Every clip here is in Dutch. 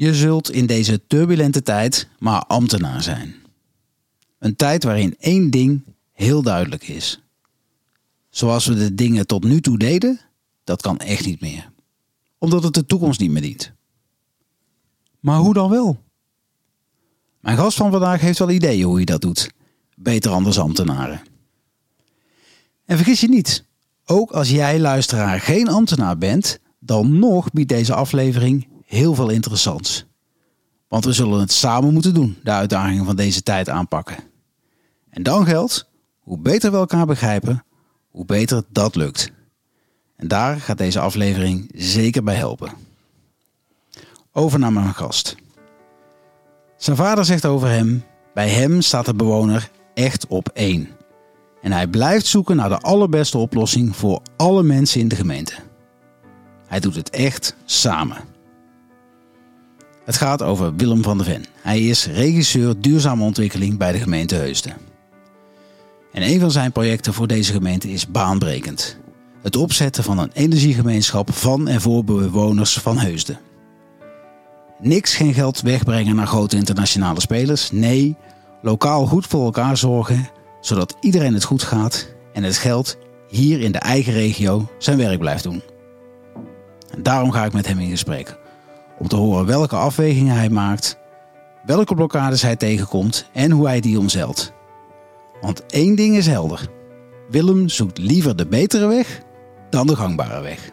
Je zult in deze turbulente tijd maar ambtenaar zijn. Een tijd waarin één ding heel duidelijk is. Zoals we de dingen tot nu toe deden, dat kan echt niet meer. Omdat het de toekomst niet meer dient. Maar hoe dan wel? Mijn gast van vandaag heeft wel ideeën hoe je dat doet. Beter anders ambtenaren. En vergis je niet, ook als jij luisteraar geen ambtenaar bent, dan nog biedt deze aflevering heel veel interessants. Want we zullen het samen moeten doen, de uitdagingen van deze tijd aanpakken. En dan geldt, hoe beter we elkaar begrijpen, hoe beter dat lukt. En daar gaat deze aflevering zeker bij helpen. Over naar mijn gast. Zijn vader zegt over hem, bij hem staat de bewoner echt op één. En hij blijft zoeken naar de allerbeste oplossing voor alle mensen in de gemeente. Hij doet het echt samen. Het gaat over Willem van der Ven. Hij is regisseur duurzame ontwikkeling bij de gemeente Heusden. En een van zijn projecten voor deze gemeente is baanbrekend. Het opzetten van een energiegemeenschap van en voor bewoners van Heusden. Niks geen geld wegbrengen naar grote internationale spelers. Nee, lokaal goed voor elkaar zorgen, zodat iedereen het goed gaat en het geld hier in de eigen regio zijn werk blijft doen. En daarom ga ik met hem in gesprek. Om te horen welke afwegingen hij maakt, welke blokkades hij tegenkomt en hoe hij die omzeilt. Want één ding is helder. Willem zoekt liever de betere weg dan de gangbare weg.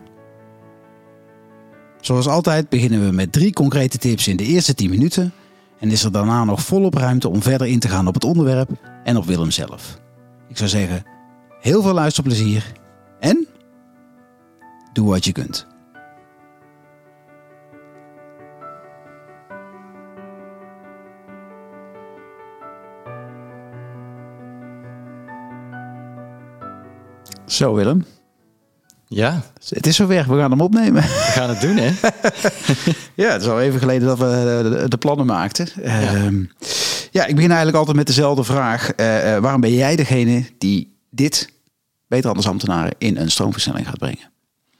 Zoals altijd beginnen we met 3 concrete tips in de eerste 10 minuten. En is er daarna nog volop ruimte om verder in te gaan op het onderwerp en op Willem zelf. Ik zou zeggen, heel veel luisterplezier en doe wat je kunt. Zo Willem. Ja. Het is zover, we gaan hem opnemen. We gaan het doen, hè? Ja, het is al even geleden dat we de plannen maakten. Ja, ik begin eigenlijk altijd met dezelfde vraag. Waarom ben jij degene die dit, beter anders ambtenaren, in een stroomversnelling gaat brengen?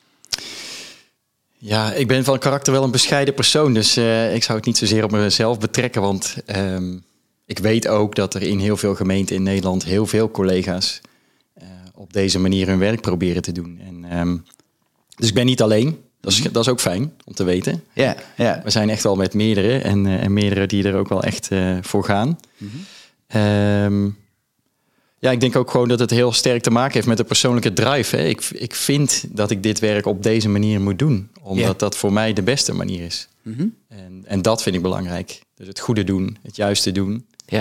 Ja, ik ben van karakter wel een bescheiden persoon. Dus ik zou het niet zozeer op mezelf betrekken. Want ik weet ook dat er in heel veel gemeenten in Nederland heel veel collega's op deze manier hun werk proberen te doen. En, dus ik ben niet alleen. Dat is ook fijn om te weten. Ja. We zijn echt wel met meerdere en meerdere die er ook wel echt voor gaan. Mm-hmm. Ja, ik denk ook gewoon dat het heel sterk te maken heeft met de persoonlijke drive. Hè. Ik vind dat ik dit werk op deze manier moet doen. Omdat dat voor mij de beste manier is. Mm-hmm. En dat vind ik belangrijk. Dus het goede doen, het juiste doen. Ja.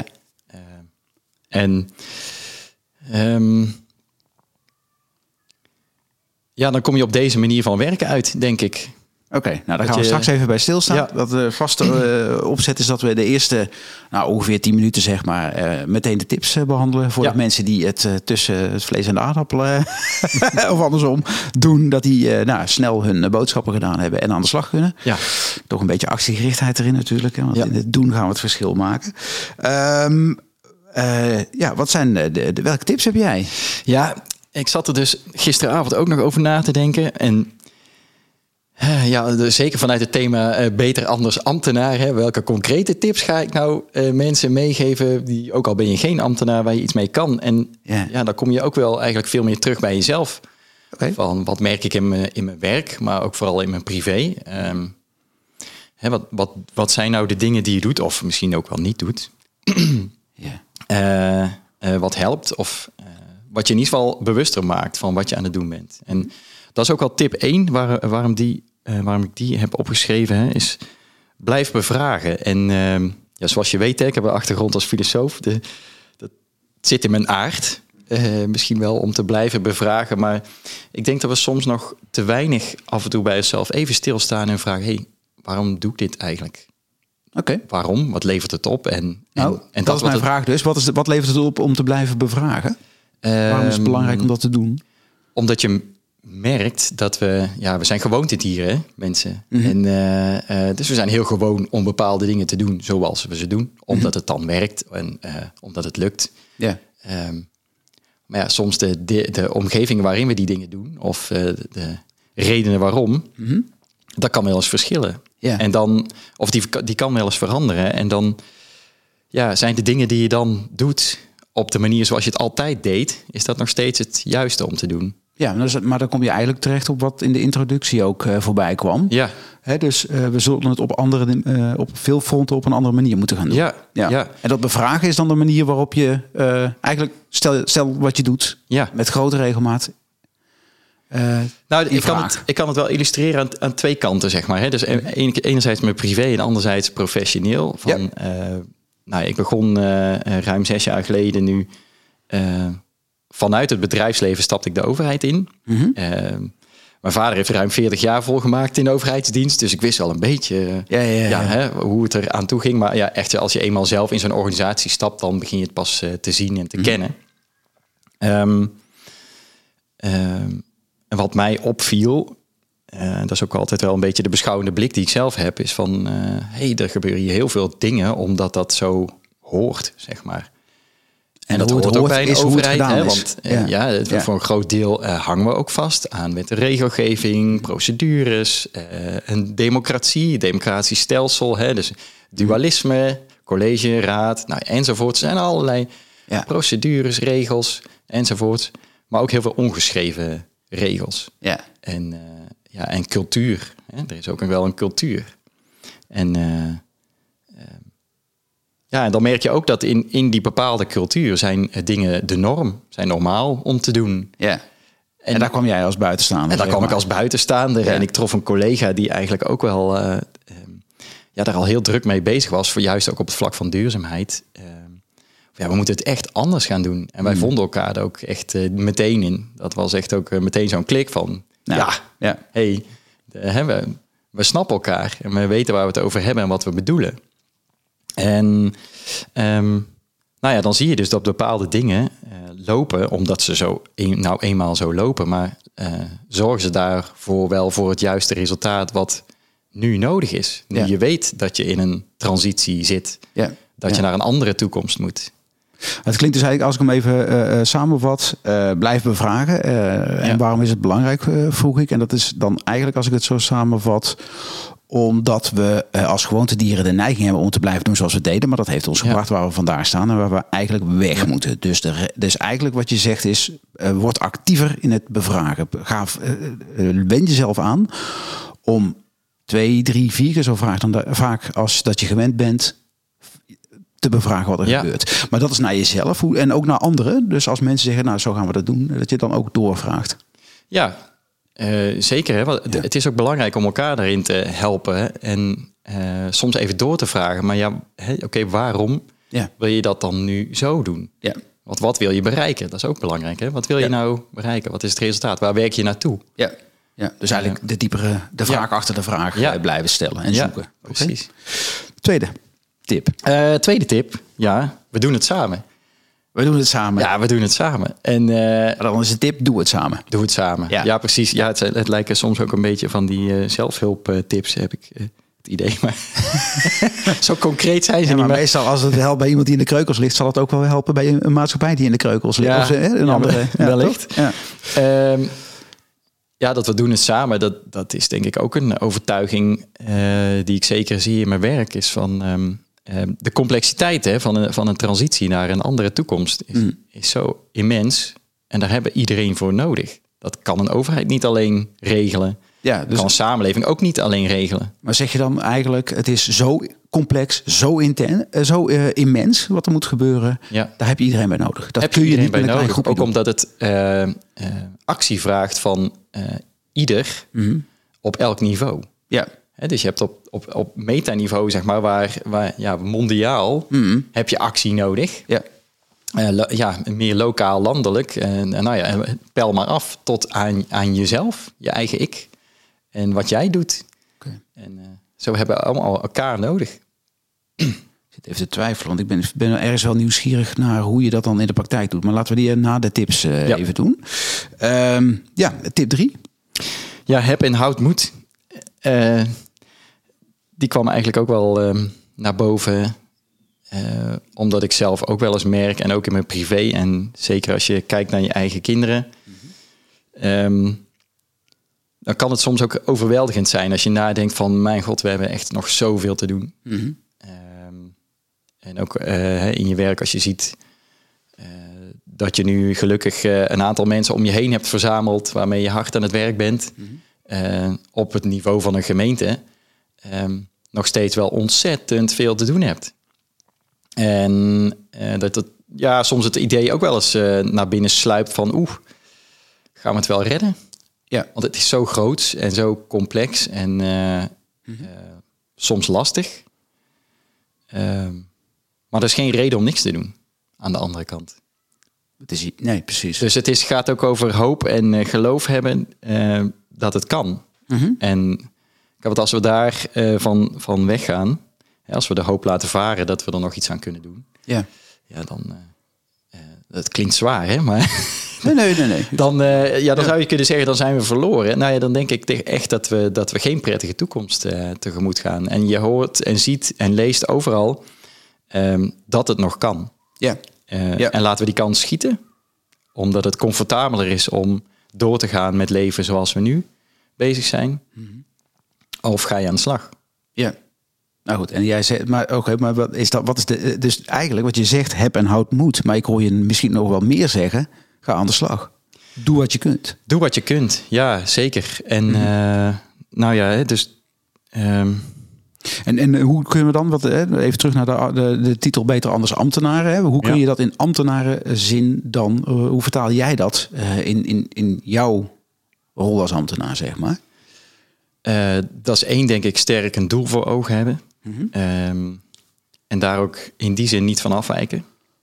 Ja, dan kom je op deze manier van werken uit, denk ik. Oké, nou daar gaan we straks even bij stilstaan. Ja. Dat de vaste opzet is dat we de eerste, ongeveer 10 minuten zeg maar, meteen de tips behandelen. Voor de mensen die het tussen het vlees en de aardappelen, of andersom, doen. Dat die snel hun boodschappen gedaan hebben en aan de slag kunnen. Ja. Toch een beetje actiegerichtheid erin natuurlijk. Hè, want in het doen gaan we het verschil maken. Wat zijn welke tips heb jij? Ja, ik zat er dus gisteravond ook nog over na te denken. En zeker vanuit het thema beter anders ambtenaar. Hè, welke concrete tips ga ik nou mensen meegeven die, ook al ben je geen ambtenaar, waar je iets mee kan. En dan kom je ook wel eigenlijk veel meer terug bij jezelf. Okay. Van wat merk ik in mijn werk, maar ook vooral in mijn privé. Wat zijn nou de dingen die je doet, of misschien ook wel niet doet. Wat helpt, of wat je in ieder geval bewuster maakt van wat je aan het doen bent. En dat is ook al tip 1, waarom ik die heb opgeschreven, hè, is blijf bevragen. En zoals je weet, ik heb een achtergrond als filosoof. Dat zit in mijn aard. Misschien wel om te blijven bevragen. Maar ik denk dat we soms nog te weinig af en toe bij onszelf even stilstaan en vragen, waarom doe ik dit eigenlijk? Okay. Waarom? Wat levert het op? En dat is mijn vraag dus. Wat levert het op om te blijven bevragen? Waarom is het belangrijk om dat te doen? Omdat je merkt dat we zijn gewoontedieren, hè, mensen. Mm-hmm. En dus we zijn heel gewoon om bepaalde dingen te doen zoals we ze doen. Omdat het dan werkt en omdat het lukt. Yeah. Maar ja, soms de omgeving waarin we die dingen doen, of de redenen waarom, dat kan wel eens verschillen. Ja. En dan, of die kan wel eens veranderen. En dan zijn de dingen die je dan doet op de manier zoals je het altijd deed, is dat nog steeds het juiste om te doen. Ja, maar dan kom je eigenlijk terecht op wat in de introductie ook voorbij kwam. Ja. Dus we zullen het op veel fronten op een andere manier moeten gaan doen. Ja. En dat bevragen is dan de manier waarop je eigenlijk, stel wat je doet, met grote regelmaat. Ik kan het wel illustreren aan twee kanten, zeg maar. Hè? Dus enerzijds mijn privé en anderzijds professioneel. Ik begon ruim 6 jaar geleden nu. Vanuit het bedrijfsleven stapte ik de overheid in. Mm-hmm. Mijn vader heeft ruim 40 jaar volgemaakt in de overheidsdienst. Dus ik wist wel een beetje hoe het er aan toe ging. Maar echt, als je eenmaal zelf in zo'n organisatie stapt, dan begin je het pas te zien en te kennen. En wat mij opviel, dat is ook altijd wel een beetje de beschouwende blik die ik zelf heb, is van, er gebeuren hier heel veel dingen omdat dat zo hoort, zeg maar. En dat hoort ook bij een overheid, hè, want voor een groot deel hangen we ook vast aan met de regelgeving, procedures, een democratisch stelsel, hè, dus dualisme, college, raad, enzovoort. Er zijn allerlei procedures, regels, enzovoort, maar ook heel veel ongeschreven regels. Ja. En cultuur. Hè? Er is ook wel een cultuur. En dan merk je ook dat in die bepaalde cultuur zijn dingen de norm, zijn normaal om te doen. Ja. En daar kwam jij als buitenstaander. En daar kwam ik als buitenstaander. Ja. En ik trof een collega die eigenlijk ook wel daar al heel druk mee bezig was, voor juist ook op het vlak van duurzaamheid. We moeten het echt anders gaan doen. En wij vonden elkaar er ook echt meteen in. Dat was echt ook meteen zo'n klik van, we snappen elkaar en we weten waar we het over hebben en wat we bedoelen. En dan zie je dus dat bepaalde dingen lopen, omdat ze eenmaal zo lopen, maar zorgen ze daarvoor wel voor het juiste resultaat wat nu nodig is. Nu je weet dat je in een transitie zit, dat je naar een andere toekomst moet. Het klinkt dus eigenlijk, als ik hem even samenvat, blijf bevragen. En waarom is het belangrijk, vroeg ik. En dat is dan eigenlijk, als ik het zo samenvat, omdat we als gewoontedieren de neiging hebben om te blijven doen zoals we deden. Maar dat heeft ons gebracht waar we vandaar staan en waar we eigenlijk weg moeten. Dus eigenlijk wat je zegt is, word actiever in het bevragen. Wend jezelf aan om 2, 3, 4 keer zo vaak als dat je gewend bent te bevragen wat er gebeurt. Maar dat is naar jezelf en ook naar anderen. Dus als mensen zeggen, zo gaan we dat doen, dat je dan ook doorvraagt. Ja, zeker. Hè? Want het is ook belangrijk om elkaar daarin te helpen. En soms even door te vragen. Maar waarom wil je dat dan nu zo doen? Ja. Want wat wil je bereiken? Dat is ook belangrijk. Hè? Wat wil je nou bereiken? Wat is het resultaat? Waar werk je naartoe? Ja. Ja, dus eigenlijk de vraag achter de vraag blijven stellen en zoeken. Precies. Tweede tip. Tweede tip, we doen het samen. We doen het samen. Ja, we doen het samen. En dan is de tip, doe het samen. Doe het samen. Ja, precies. Ja, het lijken soms ook een beetje van die zelfhulptips, heb ik het idee. Maar zo concreet zijn ze niet. Maar meestal als het helpt bij iemand die in de kreukels ligt, zal het ook wel helpen bij een maatschappij die in de kreukels ligt. Of een andere. Wellicht. Dat we doen het samen, dat is denk ik ook een overtuiging die ik zeker zie in mijn werk, is van de complexiteit van een transitie naar een andere toekomst is zo immens. En daar hebben iedereen voor nodig. Dat kan een overheid niet alleen regelen. Ja, dus kan een samenleving ook niet alleen regelen. Maar zeg je dan eigenlijk, het is zo complex, zo immens wat er moet gebeuren. Ja. Daar heb je iedereen bij nodig. Dat kun je niet bij nodig. Groep ook doen. Omdat het actie vraagt van ieder op elk niveau. Ja. Dus je hebt op metaniveau, zeg maar, waar mondiaal heb je actie nodig. Ja. Meer lokaal, landelijk. En peil maar af tot aan jezelf, je eigen ik. En wat jij doet. Okay. En zo hebben we allemaal elkaar nodig. Ik zit even te twijfelen, want ik ben ergens wel nieuwsgierig naar hoe je dat dan in de praktijk doet. Maar laten we die na de tips even doen. Tip 3. Ja, heb en houd moed. Die kwam eigenlijk ook wel naar boven. Omdat ik zelf ook wel eens merk, en ook in mijn privé, en zeker als je kijkt naar je eigen kinderen, dan kan het soms ook overweldigend zijn als je nadenkt van, mijn god, we hebben echt nog zoveel te doen. Mm-hmm. En ook in je werk, als je ziet dat je nu gelukkig een aantal mensen om je heen hebt verzameld waarmee je hard aan het werk bent, op het niveau van een gemeente, nog steeds wel ontzettend veel te doen hebt. En dat het soms het idee ook wel eens naar binnen sluipt van, gaan we het wel redden? Ja. Want het is zo groot en zo complex en soms lastig. Maar er is geen reden om niks te doen aan de andere kant. Nee, precies. Dus het gaat ook over hoop en geloof hebben dat het kan. Mm-hmm. En als we daar van weggaan, als we de hoop laten varen dat we er nog iets aan kunnen doen. Ja. Ja, dan... dat klinkt zwaar, hè? Maar Nee. Dan zou je kunnen zeggen, dan zijn we verloren. Nou ja, dan denk ik echt dat we geen prettige toekomst tegemoet gaan. En je hoort en ziet en leest overal dat het nog kan. Ja. En laten we die kans schieten. Omdat het comfortabeler is om door te gaan met leven zoals we nu bezig zijn. Mm-hmm. Of ga je aan de slag? Ja. Nou goed, en jij zegt, maar wat is dat? Wat is dus eigenlijk wat je zegt, heb en houd moed. Maar ik hoor je misschien nog wel meer zeggen, ga aan de slag. Doe wat je kunt. Doe wat je kunt, ja, zeker. En dus... En hoe kunnen we dan, even terug naar de titel Beter Anders Ambtenaren. Hè? Hoe kun je dat in ambtenarenzin dan, hoe vertaal jij dat in jouw rol als ambtenaar, zeg maar? Dat is 1, denk ik, sterk een doel voor ogen hebben. Mm-hmm. En daar ook in die zin niet van afwijken.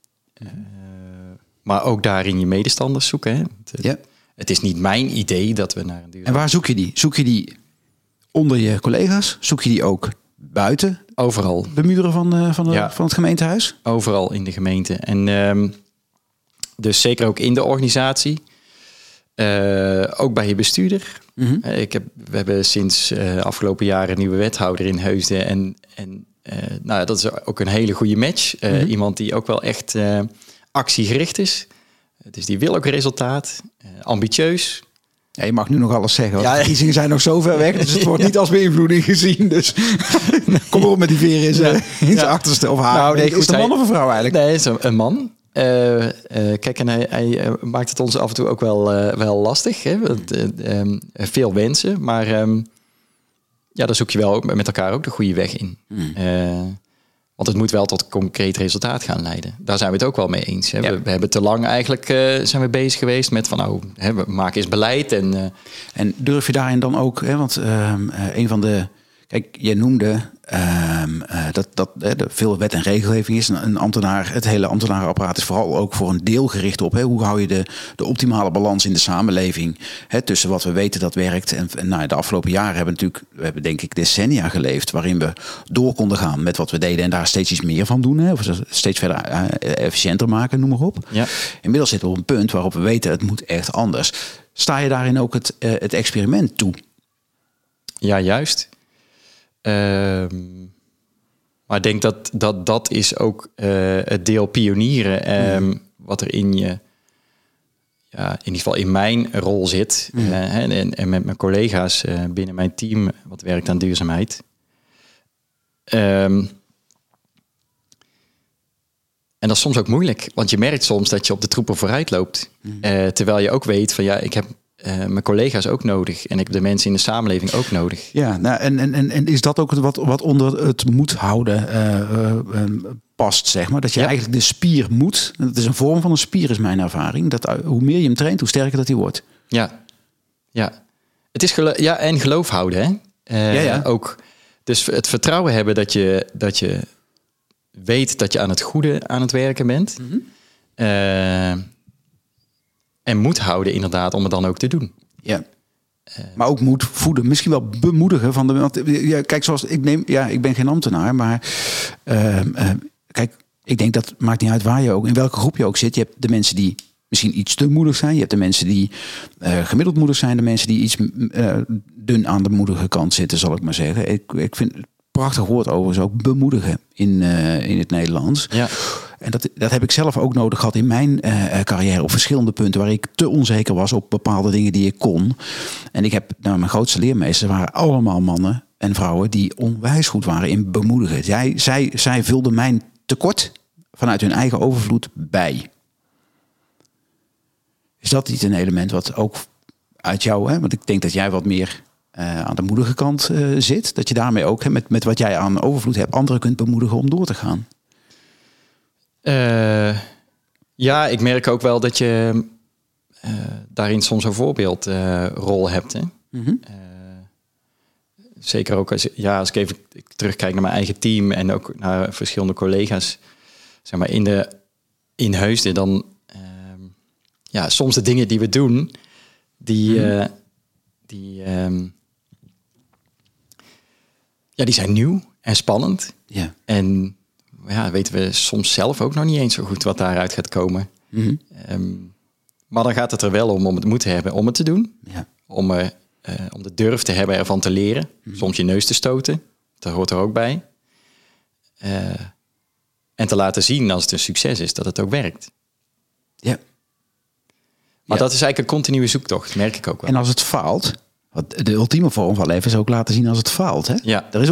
Maar ook daarin je medestanders zoeken. Hè? Het is niet mijn idee dat we naar een duur... En waar zoek je die? Zoek je die onder je collega's? Zoek je die ook buiten? Overal. De muren van het gemeentehuis? Overal in de gemeente. En dus zeker ook in de organisatie. Ook bij je bestuurder. Mm-hmm. We hebben sinds afgelopen jaren een nieuwe wethouder in Heusden. En dat is ook een hele goede match. Mm-hmm. Iemand die ook wel echt actiegericht is. Dus die wil ook resultaat. Ambitieus. Ja, je mag nu nog alles zeggen. De verkiezingen zijn nog zo ver weg. Dus het wordt niet als beïnvloeding gezien. Dus kom op met die veren in zijn achterste. Of haar. Nou, is het een man of een vrouw eigenlijk? Nee, het is een man. Kijk, en hij maakt het ons af en toe ook wel lastig. Hè? Veel wensen. Maar daar zoek je wel met elkaar ook de goede weg in. Want het moet wel tot concreet resultaat gaan leiden. Daar zijn we het ook wel mee eens. Hè? Ja. We hebben te lang eigenlijk zijn we bezig geweest met van we maken eens beleid. En durf je daarin dan ook, want een van de... Kijk, jij noemde dat veel wet en regelgeving is. Een ambtenaar, het hele ambtenarenapparaat is vooral ook voor een deel gericht op. Hoe hou je de optimale balans in de samenleving tussen wat we weten dat werkt. En de afgelopen jaren hebben we hebben denk ik decennia geleefd waarin we door konden gaan met wat we deden en daar steeds iets meer van doen. Of steeds verder efficiënter maken, noem maar op. Ja. Inmiddels zitten we op een punt waarop we weten het moet echt anders. Sta je daarin ook het experiment toe? Ja, juist. Maar ik denk dat is ook het deel pionieren. Wat er in je, in ieder geval in mijn rol zit. En met mijn collega's binnen mijn team wat werkt aan duurzaamheid. En dat is soms ook moeilijk. Want je merkt soms dat je op de troepen vooruit loopt. Terwijl je ook weet van ik heb mijn collega's ook nodig. En ik heb de mensen in de samenleving ook nodig. Ja, nou, en is dat ook wat onder het moed houden past, zeg maar? Dat je eigenlijk de spier moet. Het is een vorm van een spier, is mijn ervaring. Dat hoe meer je hem traint, hoe sterker dat hij wordt. Ja. Het is en geloof houden, hè? Ook. Dus het vertrouwen hebben dat je weet dat je aan het goede aan het werken bent. Mm-hmm. En moed houden inderdaad om het dan ook te doen. Ja. Maar ook moed voeden. Misschien wel bemoedigen. Kijk, zoals ik ben geen ambtenaar. Maar kijk, ik denk dat maakt niet uit waar je ook, in welke groep je ook zit. Je hebt de mensen die misschien iets te moedig zijn. Je hebt de mensen die gemiddeld moedig zijn. De mensen die iets dun aan de moedige kant zitten, zal ik maar zeggen. Ik vind het prachtig woord overigens ook bemoedigen in het Nederlands. Ja. En dat heb ik zelf ook nodig gehad in mijn carrière op verschillende punten waar ik te onzeker was op bepaalde dingen die ik kon. En ik heb, mijn grootste leermeesters waren allemaal mannen en vrouwen die onwijs goed waren in bemoedigen. Zij vulden mijn tekort vanuit hun eigen overvloed bij. Is dat niet een element wat ook uit jou, want ik denk dat jij wat meer aan de moedige kant zit, dat je daarmee ook met wat jij aan overvloed hebt, anderen kunt bemoedigen om door te gaan? Ja, ik merk ook wel dat je daarin soms een voorbeeldrol hebt. Hè? Mm-hmm. Zeker ook als ik even terugkijk naar mijn eigen team en ook naar verschillende collega's, zeg maar in Heusden, dan soms de dingen die we doen, die zijn nieuw en spannend. Yeah. En weten we soms zelf ook nog niet eens zo goed wat daaruit gaat komen. Mm-hmm. Maar dan gaat het er wel om het moeten hebben om het te doen. Yeah. Om de durf te hebben ervan te leren. Mm-hmm. Soms je neus te stoten. Dat hoort er ook bij. En te laten zien als het een succes is, dat het ook werkt. Ja. Yeah. Maar dat is eigenlijk een continue zoektocht, merk ik ook wel. En als het faalt, de ultieme vorm van leven is ook laten zien als het faalt. Hè? Ja. Ik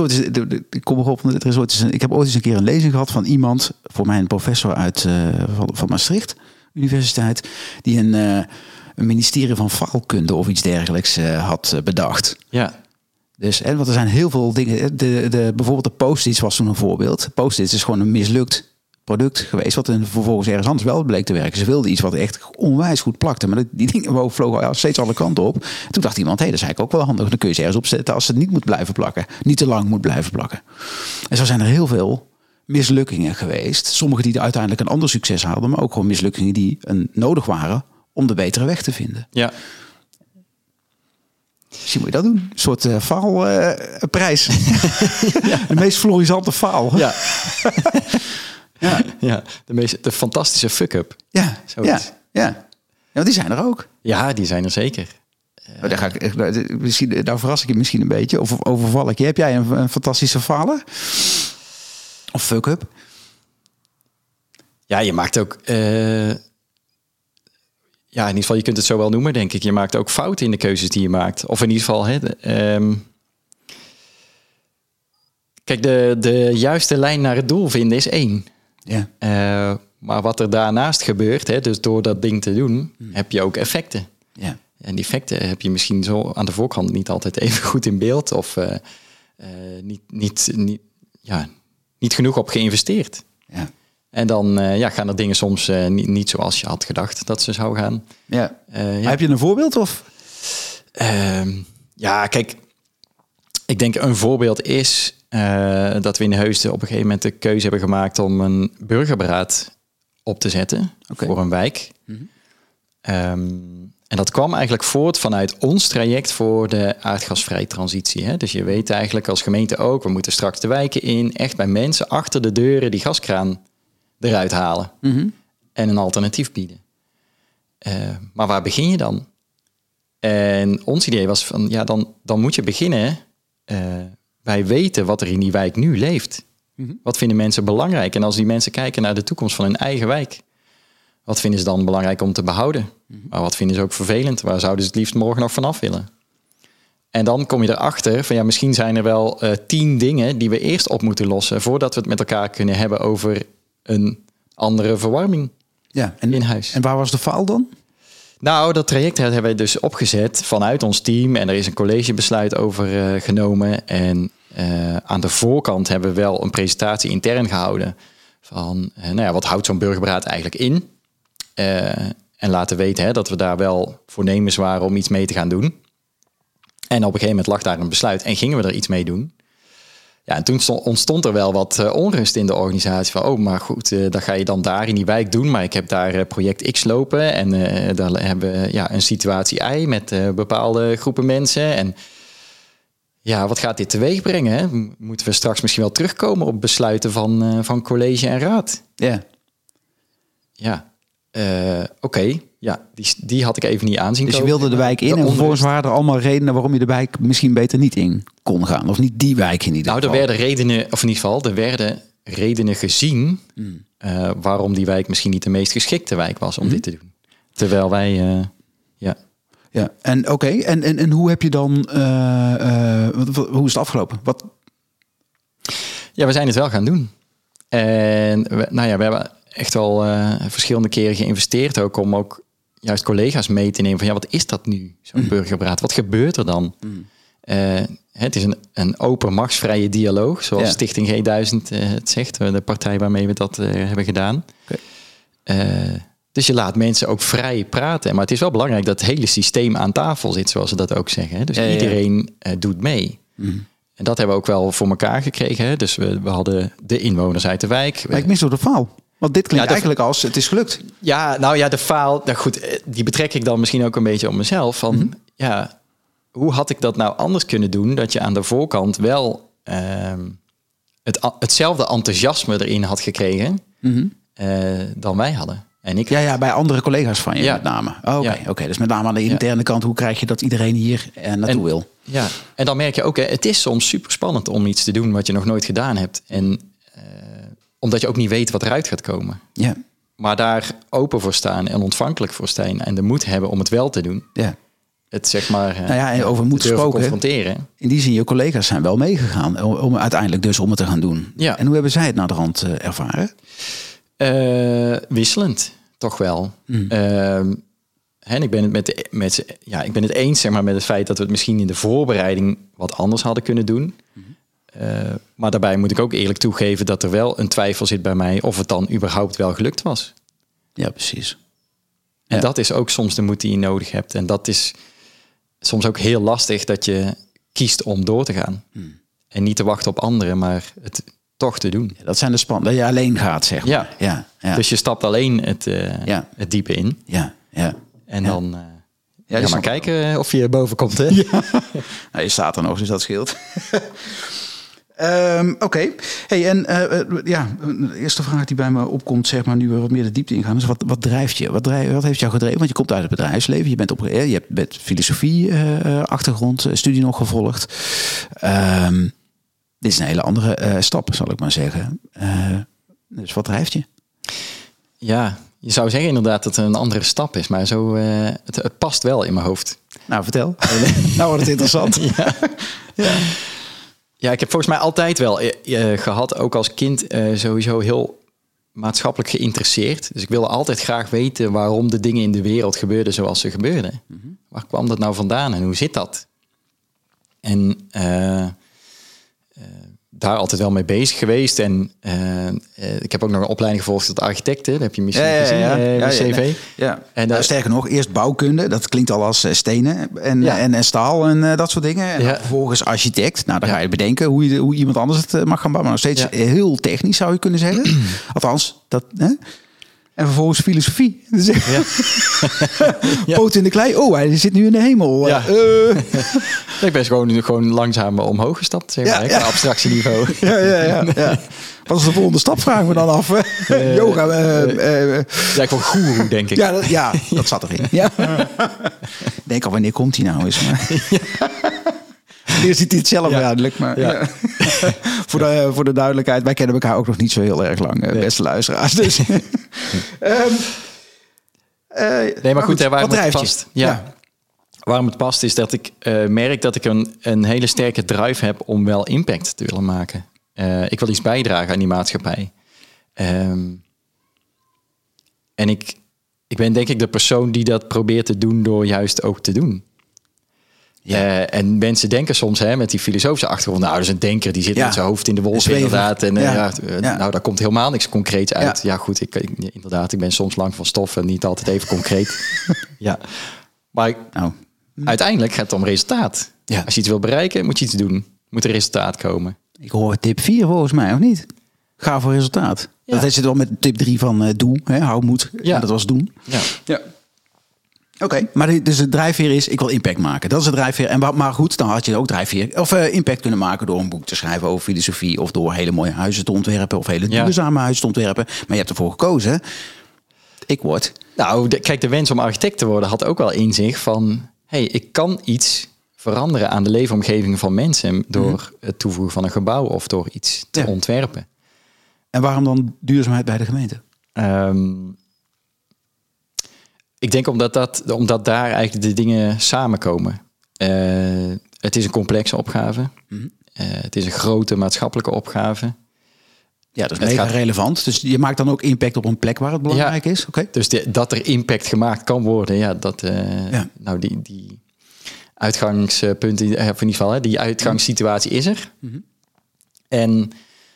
heb ooit eens een keer een lezing gehad van iemand, voor mij een professor van Maastricht Universiteit, die een ministerie van faalkunde of iets dergelijks had bedacht. Ja. Dus, want er zijn heel veel dingen. Bijvoorbeeld de Post-its was toen een voorbeeld. Post-its is gewoon een mislukt product geweest, wat vervolgens ergens anders wel bleek te werken. Ze wilden iets wat echt onwijs goed plakte, maar die dingen vlogen steeds alle kanten op. En toen dacht iemand, dat is eigenlijk ook wel handig. Dan kun je ze ergens opzetten als het niet moet blijven plakken. Niet te lang moet blijven plakken. En zo zijn er heel veel mislukkingen geweest. Sommige die uiteindelijk een ander succes hadden, maar ook gewoon mislukkingen die nodig waren om de betere weg te vinden. Ja. Misschien moet je dat doen. Een soort faalprijs. Ja. De meest florisante faal. Ja. Ja, de fantastische fuck-up. Ja, want die zijn er ook. Ja, die zijn er zeker. Daar verras ik je misschien een beetje. Of overval ik je. Heb jij een fantastische faler? Of fuck-up? Ja, je maakt ook... in ieder geval, je kunt het zo wel noemen, denk ik. Je maakt ook fouten in de keuzes die je maakt. Of in ieder geval... kijk, de juiste lijn naar het doel vinden is 1. Ja. Maar wat er daarnaast gebeurt, dus door dat ding te doen, heb je ook effecten. Ja. En die effecten heb je misschien zo aan de voorkant niet altijd even goed in beeld. Of niet genoeg op geïnvesteerd. Ja. En dan gaan er dingen soms niet zoals je had gedacht dat ze zou gaan. Ja. Heb je een voorbeeld? Of? Kijk, ik denk een voorbeeld is dat we in Heusden op een gegeven moment de keuze hebben gemaakt om een burgerberaad op te zetten voor een wijk. Mm-hmm. En dat kwam eigenlijk voort vanuit ons traject voor de aardgasvrije transitie. Hè? Dus je weet eigenlijk als gemeente ook, we moeten straks de wijken in, echt bij mensen achter de deuren die gaskraan eruit halen. Mm-hmm. En een alternatief bieden. Maar waar begin je dan? En ons idee was van, dan moet je beginnen. Wij weten wat er in die wijk nu leeft. Mm-hmm. Wat vinden mensen belangrijk? En als die mensen kijken naar de toekomst van hun eigen wijk, wat vinden ze dan belangrijk om te behouden? Mm-hmm. Maar wat vinden ze ook vervelend? Waar zouden ze het liefst morgen nog vanaf willen? En dan kom je erachter van misschien zijn er wel 10 dingen die we eerst op moeten lossen voordat we het met elkaar kunnen hebben over een andere verwarming in huis. En waar was de faal dan? Nou, dat traject hebben we dus opgezet vanuit ons team. En er is een collegebesluit over genomen. En aan de voorkant hebben we wel een presentatie intern gehouden. Van, wat houdt zo'n burgerberaad eigenlijk in? En laten weten dat we daar wel voornemens waren om iets mee te gaan doen. En op een gegeven moment lag daar een besluit en gingen we er iets mee doen. Ja, en toen ontstond er wel wat onrust in de organisatie. Van, maar goed, dat ga je dan daar in die wijk doen. Maar ik heb daar project X lopen. En daar hebben we een situatie Y met bepaalde groepen mensen. En wat gaat dit teweeg brengen? Hè? Moeten we straks misschien wel terugkomen op besluiten van college en raad? Ja. Ja, oké. Ja, die had ik even niet aanzien. Dus je wilde de wijk in en vervolgens waren er allemaal redenen waarom je de wijk misschien beter niet in kon gaan. Of niet die wijk in ieder geval. Er werden redenen, of in ieder geval, er werden redenen gezien waarom die wijk misschien niet de meest geschikte wijk was om dit te doen. Terwijl wij... Ja, en oké. En hoe heb je dan... hoe is het afgelopen? Ja, we zijn het wel gaan doen. En we hebben echt wel verschillende keren geïnvesteerd ook om ook juist collega's mee te nemen van wat is dat nu, zo'n burgerberaad? Wat gebeurt er dan? Het is een open, machtsvrije dialoog, zoals Stichting G1000 het zegt, de partij waarmee we dat hebben gedaan. Dus je laat mensen ook vrij praten. Maar het is wel belangrijk dat het hele systeem aan tafel zit, zoals ze dat ook zeggen. Hè? Dus iedereen doet mee. En dat hebben we ook wel voor elkaar gekregen. Hè? Dus we hadden de inwoners uit de wijk. Maar ik mis door de faal. Want dit klinkt eigenlijk als het is gelukt. Ja, nou ja, de faal. Nou goed, die betrek ik dan misschien ook een beetje op mezelf. Van hoe had ik dat nou anders kunnen doen? Dat je aan de voorkant wel hetzelfde enthousiasme erin had gekregen dan wij hadden. En ik bij andere collega's van je met name. Oké. Dus met name aan de interne kant, hoe krijg je dat iedereen hier naartoe wil? Ja, en dan merk je ook, het is soms super spannend om iets te doen wat je nog nooit gedaan hebt. En omdat je ook niet weet wat eruit gaat komen. Ja. Maar daar open voor staan en ontvankelijk voor staan en de moed hebben om het wel te doen. Ja. Het zeg maar en over moed gesproken, confronteren. In die zin, je collega's zijn wel meegegaan om uiteindelijk dus om het te gaan doen. Ja. En hoe hebben zij het naderhand ervaren? Wisselend, toch wel. En ik ben het eens zeg maar, met het feit dat we het misschien in de voorbereiding wat anders hadden kunnen doen. Maar daarbij moet ik ook eerlijk toegeven dat er wel een twijfel zit bij mij of het dan überhaupt wel gelukt was. Ja, precies. En dat is ook soms de moed die je nodig hebt. En dat is soms ook heel lastig dat je kiest om door te gaan. En niet te wachten op anderen, maar het toch te doen. Ja, dat zijn de spannen, dat je alleen gaat, zeg maar. Ja. Dus je stapt alleen het diepe in. Ja. En dan maar kijken of je boven komt. Hè? Ja. Nou, je staat er nog, dus dat scheelt. Oké. Hey, en de eerste vraag die bij me opkomt, zeg maar, nu we wat meer de diepte ingaan, is wat drijft je? Wat heeft jou gedreven? Want je komt uit het bedrijfsleven, je hebt met filosofie achtergrond, studie nog gevolgd. Dit is een hele andere stap, zal ik maar zeggen. Dus wat drijft je? Ja, je zou zeggen inderdaad dat het een andere stap is, maar zo het past wel in mijn hoofd. Nou, vertel. Nou wordt het interessant. Ja, ik heb volgens mij altijd wel gehad, ook als kind, sowieso heel maatschappelijk geïnteresseerd. Dus ik wilde altijd graag weten waarom de dingen in de wereld gebeurden zoals ze gebeurden. Waar kwam dat nou vandaan en hoe zit dat? En daar altijd wel mee bezig geweest. En ik heb ook nog een opleiding gevolgd tot architect. Dat heb je misschien gezien, CV. Ja. En sterker nog, eerst bouwkunde. Dat klinkt al als stenen en staal en dat soort dingen. En vervolgens architect. Nou, dan ga je bedenken hoe iemand anders het mag gaan bouwen. Maar nog steeds heel technisch, zou je kunnen zeggen. Althans, dat... En vervolgens filosofie. Poot in de klei. Oh, hij zit nu in de hemel. Ja. Ik ben gewoon langzaam omhoog gestapt, zeg maar, qua abstractieniveau. Ja. Wat is de volgende stap, vragen we dan af. Yoga. Ik word goeroe, denk ik. Ja, dat zat erin. Ja. Denk al, wanneer komt hij nou eens? Maar... Eerst ziet hij het zelf duidelijk, maar voor de duidelijkheid, wij kennen elkaar ook nog niet zo heel erg lang, beste luisteraars. Dus. Nee, maar goed, waarom het past. Ja. Waarom het past is dat ik merk dat ik een hele sterke drive heb om wel impact te willen maken. Ik wil iets bijdragen aan die maatschappij. En ik ben denk ik de persoon die dat probeert te doen door juist ook te doen. Ja. En mensen denken soms met die filosofische achtergrond, nou, dat is een denker die zit met zijn hoofd in de wolk inderdaad. En nou, daar komt helemaal niks concreets uit. Ja, goed, ik ben soms lang van stof en niet altijd even concreet. Maar uiteindelijk gaat het om resultaat. Ja. Als je iets wil bereiken, moet je iets doen. Moet er resultaat komen. Ik hoor tip 4 volgens mij, of niet? Ga voor resultaat. Ja. Dat zit wel met tip 3 van doe, hou moed. Ja. En dat was doen. Ja. Oké, maar dus de drijfveer is, ik wil impact maken. Dat is de drijfveer. Maar goed, dan had je ook drijfveer of impact kunnen maken door een boek te schrijven over filosofie, of door hele mooie huizen te ontwerpen, of hele duurzame huizen te ontwerpen. Maar je hebt ervoor gekozen. Ik word. Nou, kijk, de wens om architect te worden had ook wel in zich van, ik kan iets veranderen aan de leefomgeving van mensen door het toevoegen van een gebouw of door iets te ontwerpen. En waarom dan duurzaamheid bij de gemeente? Ik denk omdat daar eigenlijk de dingen samenkomen. Het is een complexe opgave. Het is een grote maatschappelijke opgave. Ja, dat is mega relevant. Dus je maakt dan ook impact op een plek waar het belangrijk is. Okay. Dus dat er impact gemaakt kan worden. Ja, nou die uitgangspunten, in ieder geval, die uitgangssituatie is er. En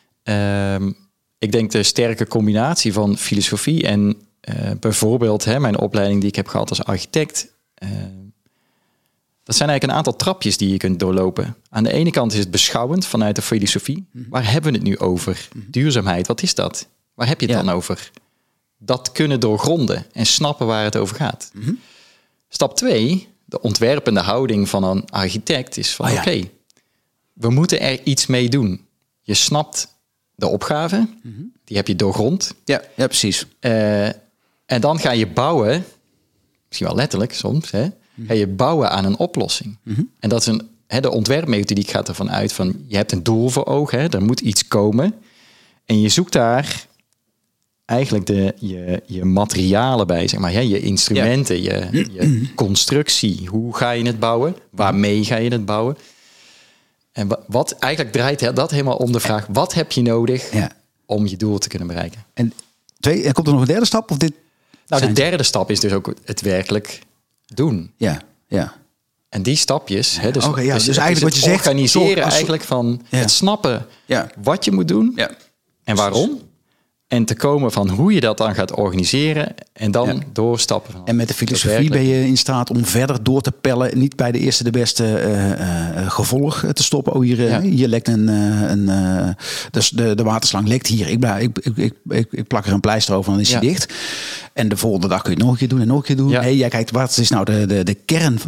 ik denk de sterke combinatie van filosofie en bijvoorbeeld mijn opleiding die ik heb gehad als architect. Dat zijn eigenlijk een aantal trapjes die je kunt doorlopen. Aan de ene kant is het beschouwend vanuit de filosofie. Waar hebben we het nu over? Duurzaamheid, wat is dat? Waar heb je het dan over? Dat kunnen doorgronden en snappen waar het over gaat. Stap 2, de ontwerpende houding van een architect is van oké, we moeten er iets mee doen. Je snapt de opgave, die heb je doorgrond. Ja, precies. En dan ga je bouwen, misschien wel letterlijk soms, ga je bouwen aan een oplossing. En dat is de ontwerpmethodiek gaat ervan uit van je hebt een doel voor ogen, er moet iets komen. En je zoekt daar eigenlijk je materialen bij, zeg maar, je instrumenten, je constructie. Hoe ga je het bouwen? Waarmee ga je het bouwen? En wat eigenlijk draait dat helemaal om de vraag, wat heb je nodig om je doel te kunnen bereiken? En komt er nog een derde stap? Of dit? Nou, de derde stap is dus ook het werkelijk doen. Ja. En die stapjes, dus eigenlijk wat je zegt, organiseren eigenlijk van het snappen wat je moet doen en waarom. En te komen van hoe je dat dan gaat organiseren en dan doorstappen. En met de filosofie ben je in staat om verder door te pellen. Niet bij de eerste de beste gevolg te stoppen. Oh, hier lekt dus de waterslang lekt hier. Ik plak er een pleister over en dan is hij dicht. En de volgende dag kun je het nog een keer doen en nog een keer doen. Ja. Hey, jij kijkt, wat is nou de kern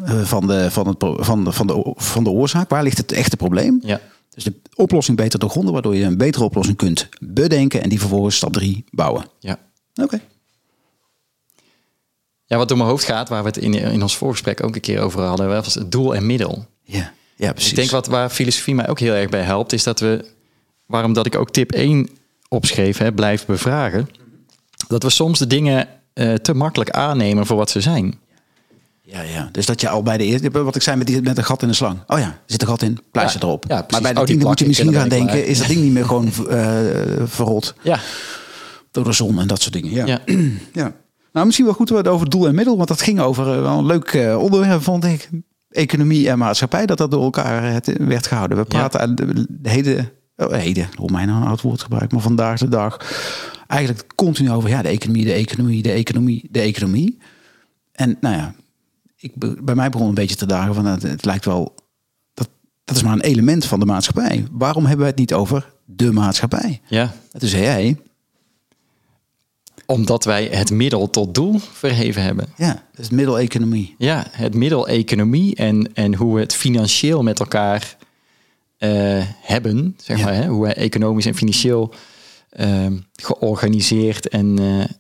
van de oorzaak? Waar ligt het echte probleem? Ja. Dus de oplossing beter doorgronden, waardoor je een betere oplossing kunt bedenken en die vervolgens stap 3 bouwen. Ja. Oké. Ja, wat door mijn hoofd gaat, waar we het in ons voorgesprek ook een keer over hadden, was het doel en middel. Ja, precies. Ik denk waar filosofie mij ook heel erg bij helpt, is dat waarom dat ik ook tip 1 opschreef, blijf bevragen, dat we soms de dingen te makkelijk aannemen voor wat ze zijn. Ja. Dus dat je al bij de eerste, wat ik zei met een gat in de slang. Oh ja, er zit een gat in, pleister erop. Ja, maar bij de tiende moet je misschien gaan denken, is dat ding niet meer gewoon verrot? Ja. Door de zon en dat soort dingen. Ja. Nou, misschien wel goed over doel en middel, want dat ging over een leuk onderwerp, vond ik. Economie en maatschappij, dat door elkaar werd gehouden. We praten heden, hoe mij nou een oud woord gebruikt, maar vandaag de dag eigenlijk continu over de economie. En nou ja, bij mij begon een beetje te dagen van het lijkt wel, dat is maar een element van de maatschappij. Waarom hebben we het niet over de maatschappij? Ja. Dat is jij. Omdat wij het middel tot doel verheven hebben. Ja, dat is middeleconomie. Ja, het middeleconomie en hoe we het financieel met elkaar hebben, zeg maar. Hoe wij economisch en financieel georganiseerd en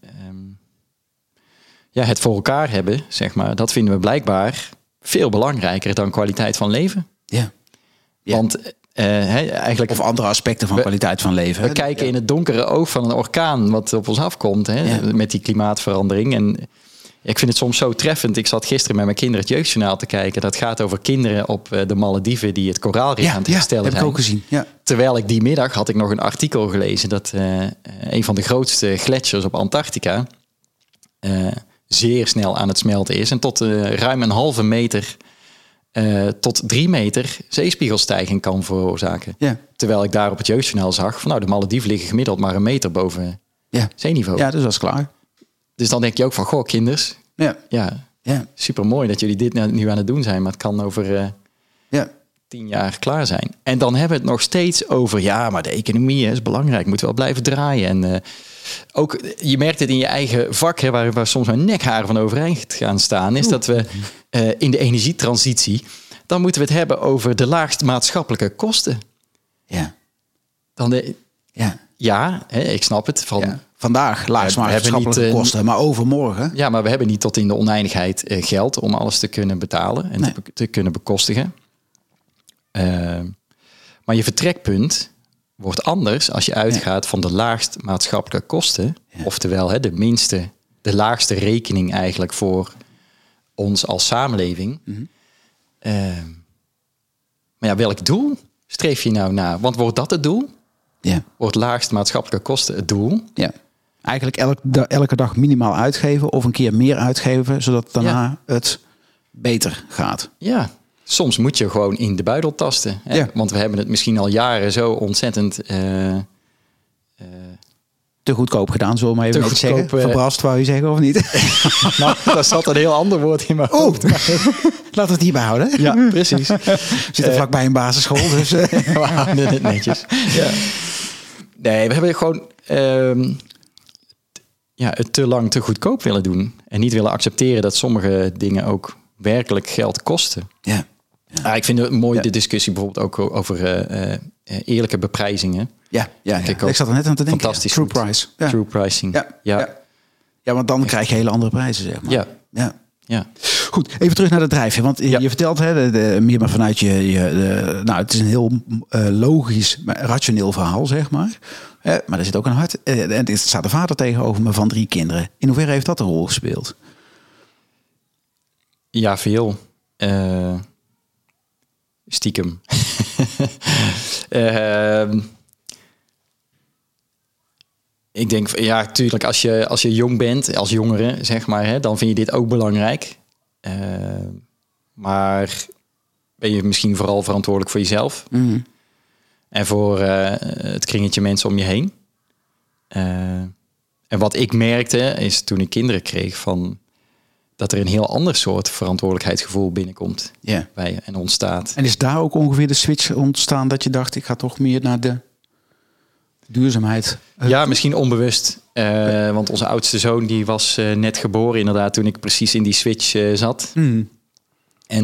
het voor elkaar hebben, zeg maar. Dat vinden we blijkbaar veel belangrijker dan kwaliteit van leven. Ja. Want eigenlijk... Of andere aspecten van kwaliteit van leven. We kijken in het donkere oog van een orkaan wat op ons afkomt, met die klimaatverandering. En ik vind het soms zo treffend. Ik zat gisteren met mijn kinderen het Jeugdjournaal te kijken. Dat gaat over kinderen op de Malediven die het koraalrif aan het herstellen zijn. Heb ik ook gezien. Ja. Terwijl ik die middag had ik nog een artikel gelezen dat een van de grootste gletsjers op Antarctica zeer snel aan het smelten is. En tot ruim een halve meter tot 3 meter zeespiegelstijging kan veroorzaken. Ja. Terwijl ik daar op het Jeugdjournaal zag van de Malediven liggen gemiddeld maar een meter boven zeeniveau. Ja, dus dat is klaar. Dus dan denk je ook van, kinders. Ja. Super mooi dat jullie dit nu aan het doen zijn. Maar het kan over 10 jaar klaar zijn. En dan hebben we het nog steeds over, maar de economie is belangrijk. Moet wel blijven draaien. En ook, je merkt het in je eigen vak, waar soms mijn nekharen van overeind gaan staan, is dat we in de energietransitie, dan moeten we het hebben over de laagst maatschappelijke kosten. Ja. Ik snap het. Vandaag laagst maatschappelijke kosten, maar overmorgen. Ja, maar we hebben niet tot in de oneindigheid geld om alles te kunnen betalen en te kunnen bekostigen. Maar je vertrekpunt wordt anders als je uitgaat van de laagst maatschappelijke kosten. Ja. Oftewel de laagste rekening eigenlijk voor ons als samenleving. Maar ja, welk doel streef je nou naar? Want wordt dat het doel? Ja. Wordt laagst maatschappelijke kosten het doel? Ja. Eigenlijk elke dag minimaal uitgeven of een keer meer uitgeven, zodat daarna het beter gaat. Ja, soms moet je gewoon in de buidel tasten. Hè? Ja. Want we hebben het misschien al jaren zo ontzettend... Te goedkoop gedaan, zullen we maar even Te zeggen. goedkoop, Verbrast, wou je zeggen, of niet? nou, daar zat een heel ander woord in mijn hoofd. Laten we het hierbij houden. Ja, precies. We zitten vlakbij een basisschool, dus... We houden het netjes. Ja. Nee, we hebben gewoon het te lang te goedkoop willen doen. En niet willen accepteren dat sommige dingen ook werkelijk geld kosten. Ja. Ik vind het mooi de discussie bijvoorbeeld ook over eerlijke beprijzingen. Ja. Ik Ik zat er net aan te denken. Fantastisch True goed. price. Ja. True pricing. Ja, want dan krijg je hele andere prijzen, zeg maar. Ja. Goed, even terug naar de drijfveer. Want je vertelt, meer maar vanuit het is een heel logisch, maar rationeel verhaal, zeg maar. Maar er zit ook een hart. En er staat een vader tegenover me van 3 kinderen. In hoeverre heeft dat een rol gespeeld? Ja, veel. Stiekem. Ik denk, tuurlijk, als je jong bent, als jongere, zeg maar, dan vind je dit ook belangrijk. Maar ben je misschien vooral verantwoordelijk voor jezelf. Mm. En voor het kringetje mensen om je heen. En wat ik merkte, is toen ik kinderen kreeg, dat er een heel ander soort verantwoordelijkheidsgevoel binnenkomt bij je en ontstaat. En is daar ook ongeveer de switch ontstaan dat je dacht, ik ga toch meer naar de duurzaamheid? Ja, misschien onbewust. Want onze oudste zoon die was net geboren inderdaad toen ik precies in die switch zat. Mm. En,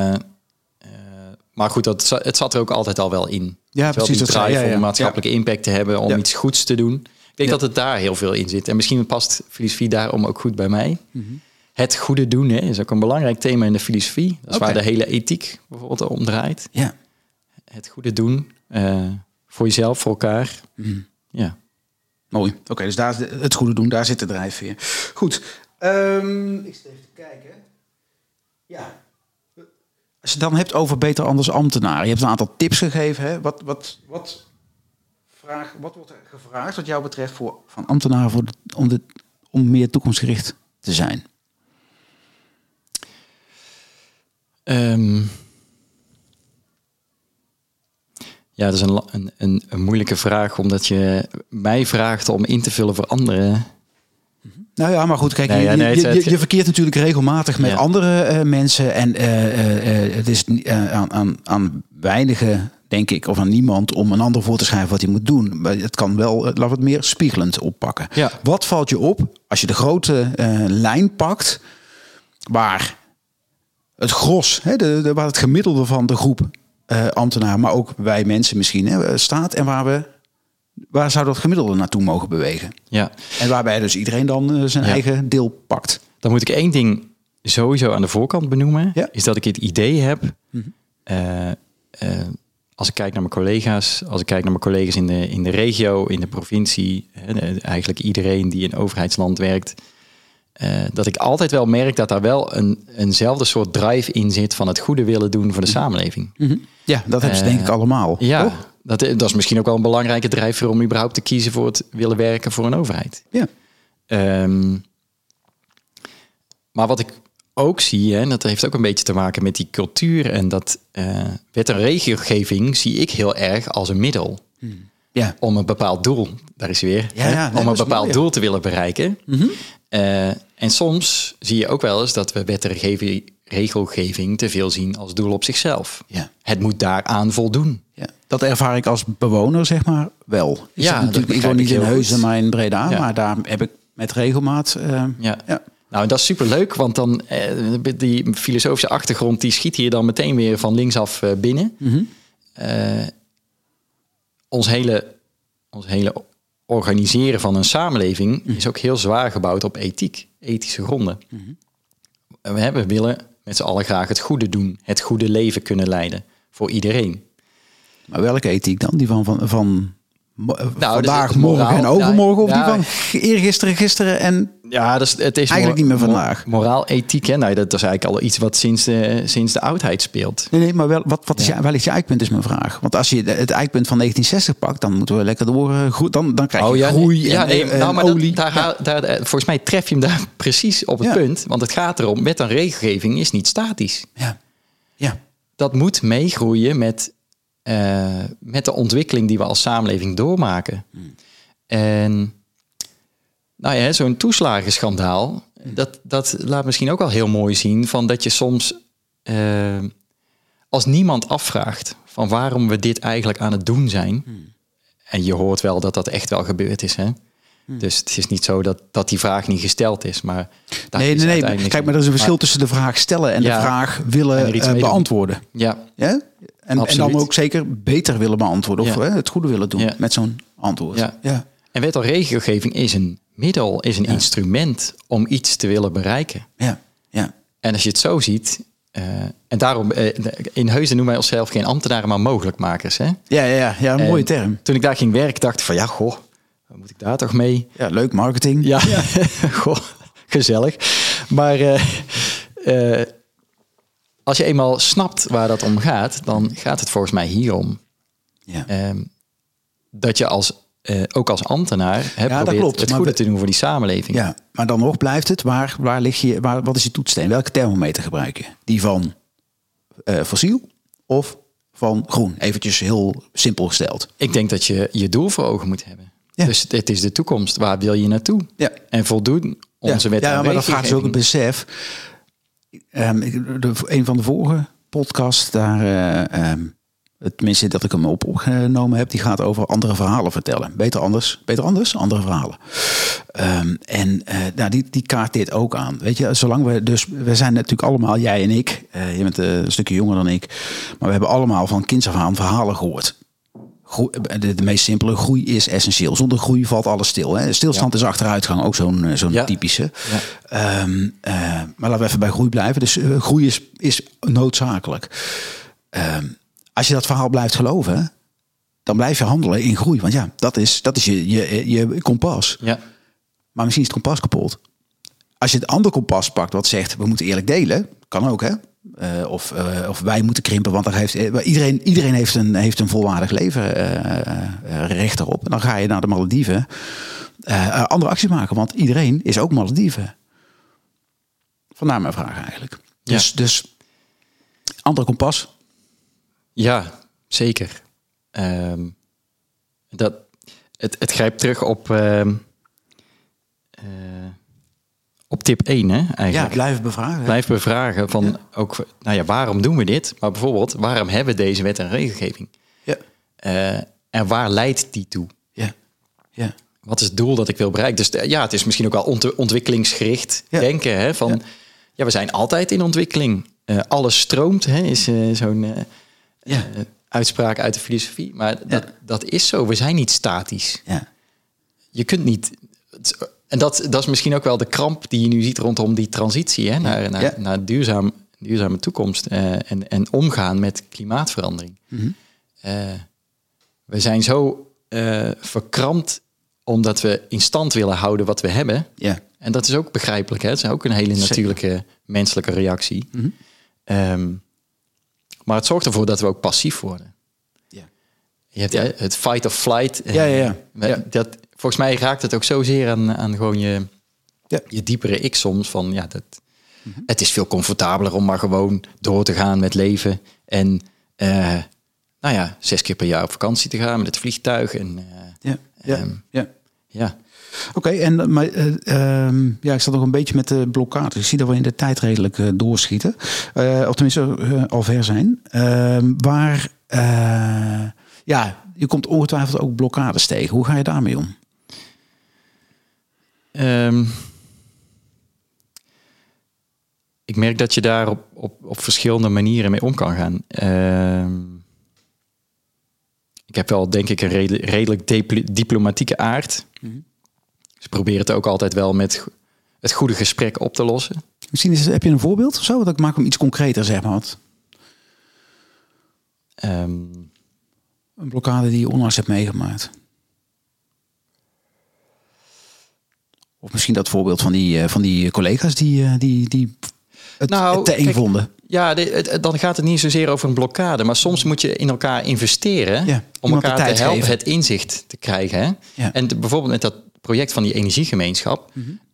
maar goed, het zat er ook altijd al wel in. Ja, precies. Die Dat drive om maatschappelijke impact te hebben, om iets goeds te doen. Ik denk dat het daar heel veel in zit. En misschien past filosofie daarom ook goed bij mij. Mm-hmm. Het goede doen is ook een belangrijk thema in de filosofie. Dat is waar de hele ethiek bijvoorbeeld om draait. Ja. Het goede doen voor jezelf, voor elkaar. Mm. Ja. Mooi. Oké, dus daar het goede doen, daar zit de drijfveer. Goed. Ik zit even te kijken. Ja. Als je het dan hebt over beter anders ambtenaren. Je hebt een aantal tips gegeven. Hè? Wat wordt er gevraagd wat jou betreft van ambtenaren om meer toekomstgericht te zijn? Ja, dat is een moeilijke vraag, omdat je mij vraagt om in te vullen voor anderen. Nou ja, maar goed, kijk, je verkeert natuurlijk regelmatig met andere mensen. En het is aan weinigen, denk ik, of aan niemand om een ander voor te schrijven wat hij moet doen. Maar het kan wel, laten we het meer spiegelend oppakken. Ja. Wat valt je op als je de grote lijn pakt, waar het gros, waar het gemiddelde van de groep ambtenaren, maar ook wij mensen misschien, staat en waar zou dat gemiddelde naartoe mogen bewegen? Ja. En waarbij dus iedereen dan zijn eigen deel pakt. Dan moet ik 1 ding sowieso aan de voorkant benoemen. Ja. Is dat ik het idee heb, als ik kijk naar mijn collega's, als ik kijk naar mijn collega's in de regio, in de provincie, eigenlijk iedereen die in overheidsland werkt, dat ik altijd wel merk dat daar wel eenzelfde soort drive in zit van het goede willen doen voor de samenleving. Mm-hmm. Ja, dat hebben ze denk ik allemaal. Ja, toch? Dat is misschien ook wel een belangrijke drijfveer om überhaupt te kiezen voor het willen werken voor een overheid. Ja. Maar wat ik ook zie, en dat heeft ook een beetje te maken met die cultuur en dat wet en regelgeving zie ik heel erg als een middel. Ja. Om een bepaald doel, daar is weer, om een bepaald doel te willen bereiken. Mm-hmm. En soms zie je ook wel eens dat we wet en regelgeving te veel zien als doel op zichzelf. Ja. Het moet daaraan voldoen. Ja. Dat ervaar ik als bewoner, zeg maar, wel. Ik woon niet in Heusden, maar in Breda. Ja. Maar daar heb ik met regelmaat... Nou, dat is superleuk, want dan die filosofische achtergrond, die schiet hier dan meteen weer van linksaf binnen. Mm-hmm. Ons hele organiseren van een samenleving is ook heel zwaar gebouwd op ethische gronden. Mm-hmm. We willen met z'n allen graag het goede doen, het goede leven kunnen leiden voor iedereen. Maar welke ethiek dan? Die van vandaag, dus morgen moraal, en overmorgen? Of ja, die van eergisteren, gisteren en Ja, dus het is eigenlijk niet meer vandaag? Moraal, ethiek, hè? Nou, dat is eigenlijk al iets wat sinds de oudheid speelt. Nee, maar wel, wat is wel is je eikpunt, is mijn vraag. Want als je het eikpunt van 1960 pakt, dan moeten we lekker door. Dan krijg je groei en maar olie. Volgens mij tref je hem daar precies op het punt. Want het gaat erom, met een regelgeving is niet statisch. Ja. Dat moet meegroeien met de ontwikkeling die we als samenleving doormaken. En nou ja, zo'n toeslagenschandaal, dat laat misschien ook wel heel mooi zien van dat je soms, als niemand afvraagt van waarom we dit eigenlijk aan het doen zijn, en je hoort wel dat dat echt wel gebeurd is, hè? Dus het is niet zo dat die vraag niet gesteld is, maar nee. Kijk, maar er is een verschil tussen de vraag stellen en de vraag willen beantwoorden. Ja. En dan ook zeker beter willen beantwoorden of het goede willen doen met zo'n antwoord. Ja. En wet en regelgeving is een middel, is een instrument om iets te willen bereiken. Ja. En als je het zo ziet, en daarom in Heusden noemen wij onszelf geen ambtenaren, maar mogelijkmakers. Hè? Ja, een mooie term. Toen ik daar ging werken, dacht ik van goh, wat moet ik daar toch mee? Ja, leuk marketing. Ja. Goh, gezellig. Maar als je eenmaal snapt waar dat om gaat, dan gaat het volgens mij hierom. Ja. Dat je ook als ambtenaar probeert het goede te doen voor die samenleving. Ja, maar dan nog blijft het, waar lig je, wat is je toetssteen? Welke thermometer gebruik je? Die van fossiel of van groen? Eventjes heel simpel gesteld. Ik denk dat je je doel voor ogen moet hebben. Ja. Dus het is de toekomst. Waar wil je naartoe? Ja. En voldoen onze wet en regelgeving. Ja, maar dat vraagt dus ook het besef. Een van de vorige podcasts, tenminste dat ik hem opgenomen heb, die gaat over andere verhalen vertellen. Beter anders, andere verhalen. Die kaart dit ook aan. Weet je, zolang we zijn natuurlijk allemaal, jij en ik, je bent een stukje jonger dan ik, maar we hebben allemaal van kinds af aan verhalen gehoord. De meest simpele, groei is essentieel. Zonder groei valt alles stil. Hè? Stilstand is achteruitgang, ook zo'n typische. Ja. Maar laten we even bij groei blijven. Dus groei is noodzakelijk. Als je dat verhaal blijft geloven, dan blijf je handelen in groei. Want dat is je kompas. Ja. Maar misschien is het kompas kapot. Als je het andere kompas pakt wat zegt, we moeten eerlijk delen. Kan ook, hè? Of wij moeten krimpen, want iedereen heeft een volwaardig leven recht erop. En dan ga je naar de Malediven andere acties maken, want iedereen is ook Malediven. Vandaar mijn vraag eigenlijk. Dus andere kompas. Ja, zeker. Het grijpt terug op tip 1, hè, eigenlijk. Ja, blijven bevragen. Blijf bevragen van ook, waarom doen we dit? Maar bijvoorbeeld, waarom hebben we deze wet en regelgeving? Ja. En waar leidt die toe? Ja. Wat is het doel dat ik wil bereiken? Dus het is misschien ook wel ontwikkelingsgericht denken. Hè, van, we zijn altijd in ontwikkeling. Alles stroomt, hè, is zo'n uitspraak uit de filosofie. Maar dat is zo. We zijn niet statisch. Ja. Je kunt niet... En dat is misschien ook wel de kramp die je nu ziet rondom die transitie, hè, naar duurzame toekomst en omgaan met klimaatverandering. Mm-hmm. We zijn zo verkrampt omdat we in stand willen houden wat we hebben. Ja. En dat is ook begrijpelijk. Hè? Het is ook een hele natuurlijke menselijke reactie. Mm-hmm. Maar het zorgt ervoor dat we ook passief worden. Ja. Je hebt het fight or flight. Volgens mij raakt het ook zozeer aan gewoon je diepere ik soms. Van het is veel comfortabeler om maar gewoon door te gaan met leven. En 6 keer per jaar op vakantie te gaan met het vliegtuig. Oké, ik zat nog een beetje met de blokkade. Ik zie dat we in de tijd redelijk doorschieten. Of tenminste al ver zijn. Je komt ongetwijfeld ook blokkades tegen. Hoe ga je daarmee om? Ik merk dat je daar op verschillende manieren mee om kan gaan. Ik heb wel, denk ik, een redelijk diplomatieke aard. Mm-hmm. Dus probeer het ook altijd wel met het goede gesprek op te lossen. Misschien heb je een voorbeeld of zo? Dat maakt hem iets concreter, zeg maar. Een blokkade die je onlangs hebt meegemaakt. Of misschien dat voorbeeld van die collega's die het te eng vonden. Ja, dan gaat het niet zozeer over een blokkade. Maar soms moet je in elkaar investeren om elkaar te helpen het inzicht te krijgen. Hè? Ja. En bijvoorbeeld met dat project van die energiegemeenschap.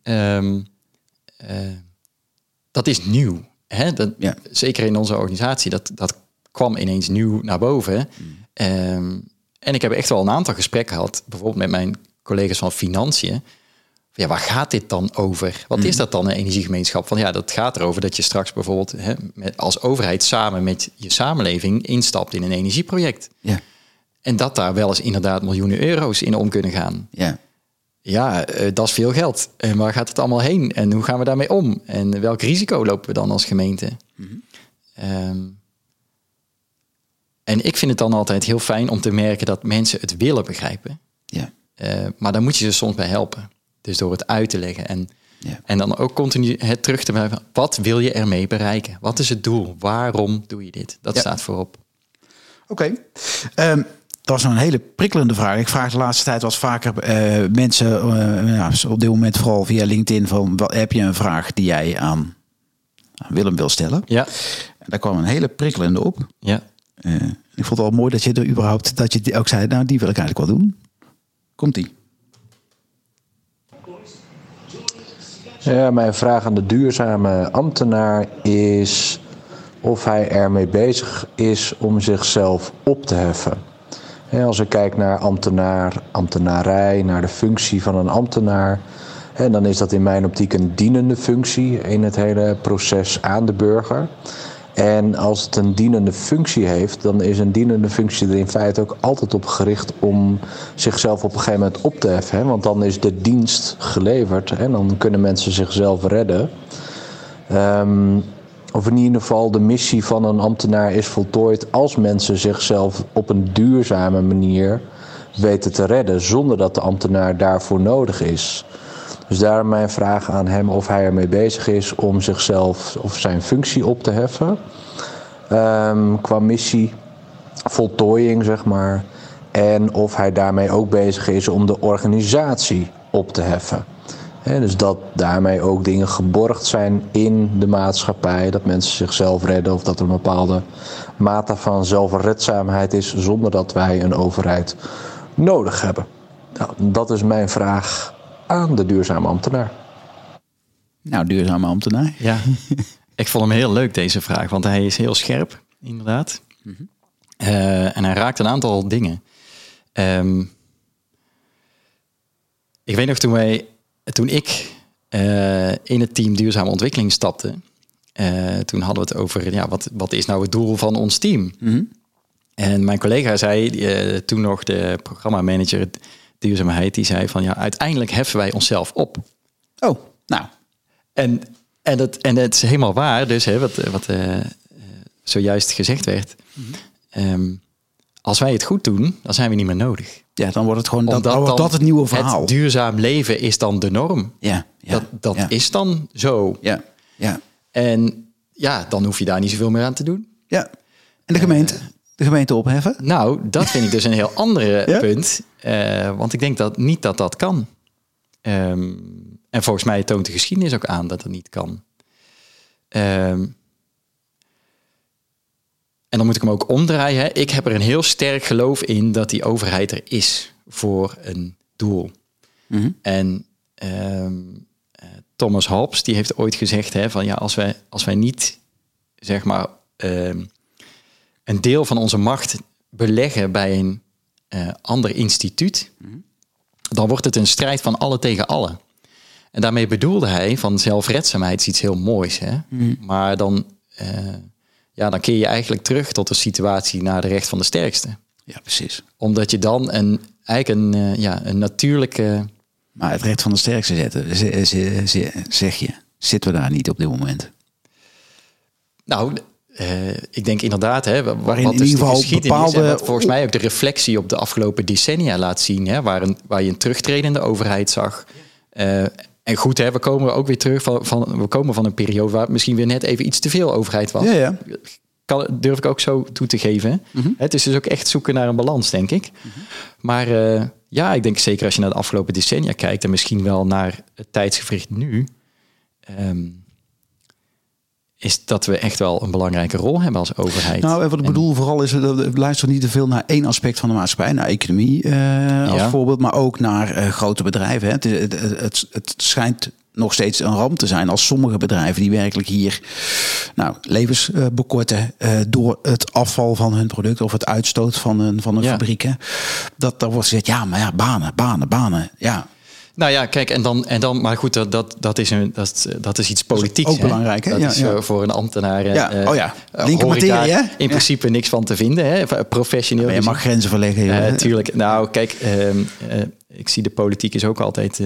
Dat is nieuw. Hè? Zeker in onze organisatie. Dat kwam ineens nieuw naar boven. En ik heb echt wel een aantal gesprekken gehad. Bijvoorbeeld met mijn collega's van Financiën. Ja, waar gaat dit dan over? Wat is dat dan, een energiegemeenschap? Dat gaat erover dat je straks bijvoorbeeld als overheid samen met je samenleving instapt in een energieproject. Ja. En dat daar wel eens inderdaad miljoenen euro's in om kunnen gaan. Ja, dat is veel geld. En waar gaat het allemaal heen? En hoe gaan we daarmee om? En welk risico lopen we dan als gemeente? En ik vind het dan altijd heel fijn om te merken dat mensen het willen begrijpen. Ja. Maar daar moet je ze soms bij helpen. Dus door het uit te leggen. En dan ook continu het terug te blijven. Wat wil je ermee bereiken? Wat is het doel? Waarom doe je dit? Dat staat voorop. Oké. Dat was een hele prikkelende vraag. Ik vraag de laatste tijd wel eens vaker mensen, op dit moment vooral via LinkedIn, van heb je een vraag die jij aan Willem wil stellen? Ja. En daar kwam een hele prikkelende op. Ja. Ik vond het wel mooi dat je er überhaupt, dat je ook zei, nou die wil ik eigenlijk wel doen. Komt-ie. Ja, mijn vraag aan de duurzame ambtenaar is of hij ermee bezig is om zichzelf op te heffen. Als ik kijk naar ambtenarij, naar de functie van een ambtenaar, dan is dat in mijn optiek een dienende functie in het hele proces aan de burger. En als het een dienende functie heeft, dan is een dienende functie er in feite ook altijd op gericht om zichzelf op een gegeven moment op te heffen. Want dan is de dienst geleverd en dan kunnen mensen zichzelf redden. Of in ieder geval de missie van een ambtenaar is voltooid als mensen zichzelf op een duurzame manier weten te redden, zonder dat de ambtenaar daarvoor nodig is. Dus daarom mijn vraag aan hem of hij ermee bezig is om zichzelf of zijn functie op te heffen. Qua missie, voltooiing zeg maar. En of hij daarmee ook bezig is om de organisatie op te heffen. Dus dat daarmee ook dingen geborgd zijn in de maatschappij. Dat mensen zichzelf redden of dat er een bepaalde mate van zelfredzaamheid is zonder dat wij een overheid nodig hebben. Nou, dat is mijn vraag aan de duurzame ambtenaar. Nou, duurzame ambtenaar. Ja, ik vond hem heel leuk deze vraag, want hij is heel scherp, inderdaad. Mm-hmm. En hij raakt een aantal dingen. Ik weet nog toen ik in het team duurzame ontwikkeling stapte, toen hadden we het over wat is nou het doel van ons team? Mm-hmm. En mijn collega zei, toen nog de programmamanager duurzaamheid, die zei van uiteindelijk heffen wij onszelf op. Oh, nou. En het is helemaal waar, dus wat zojuist gezegd werd. Mm-hmm. Als wij het goed doen, dan zijn we niet meer nodig. Ja, dan wordt het gewoon dat het nieuwe verhaal. Het duurzaam leven is dan de norm. Ja, dat is dan zo. Ja, ja. En dan hoef je daar niet zoveel meer aan te doen. Ja. En de gemeente? De gemeente opheffen? Nou, dat vind ik dus een heel andere punt. Want ik denk dat kan. En volgens mij toont de geschiedenis ook aan dat het niet kan. En dan moet ik hem ook omdraaien. Hè. Ik heb er een heel sterk geloof in dat die overheid er is voor een doel. Mm-hmm. En Thomas Hobbes die heeft ooit gezegd van als wij niet zeg maar een deel van onze macht beleggen bij een ander instituut, mm-hmm, dan wordt het een strijd van alle tegen allen. En daarmee bedoelde hij van zelfredzaamheid is iets heel moois. Hè? Mm-hmm. Maar dan dan keer je eigenlijk terug tot de situatie naar de recht van de sterkste. Ja, precies. Omdat je dan een natuurlijke... Maar het recht van de sterkste zetten, zeg je, zitten we daar niet op dit moment? Nou, ik denk inderdaad, waarin wat in ieder geval bepaalde... Wat volgens mij ook de reflectie op de afgelopen decennia laat zien, waar je een terugtredende overheid zag. En goed, we komen ook weer terug we komen van een periode waar misschien weer net even iets te veel overheid was. Ja. Durf ik ook zo toe te geven. Mm-hmm. Het is dus ook echt zoeken naar een balans, denk ik. Mm-hmm. Maar Ja, ik denk zeker als je naar de afgelopen decennia kijkt... en misschien wel naar het tijdsgevricht nu... is dat we echt wel een belangrijke rol hebben als overheid. Nou, en wat ik bedoel vooral is... luister niet te veel naar één aspect van de maatschappij. Naar economie als voorbeeld, maar ook naar grote bedrijven. Hè. Het schijnt nog steeds een ramp te zijn als sommige bedrijven... die werkelijk hier levens bekorten... door het afval van hun product of het uitstoot van hun fabrieken. Dat wordt gezegd, ja, maar ja, banen, ja... Nou ja, kijk, en dan maar goed, dat is iets politieks. Ook belangrijk, hè? Dat is voor een ambtenaar. Linker materie, hè? In principe niks van te vinden, hè? Professioneel. Maar je mag grenzen verleggen. Tuurlijk. Nou, kijk, ik zie de politiek is ook altijd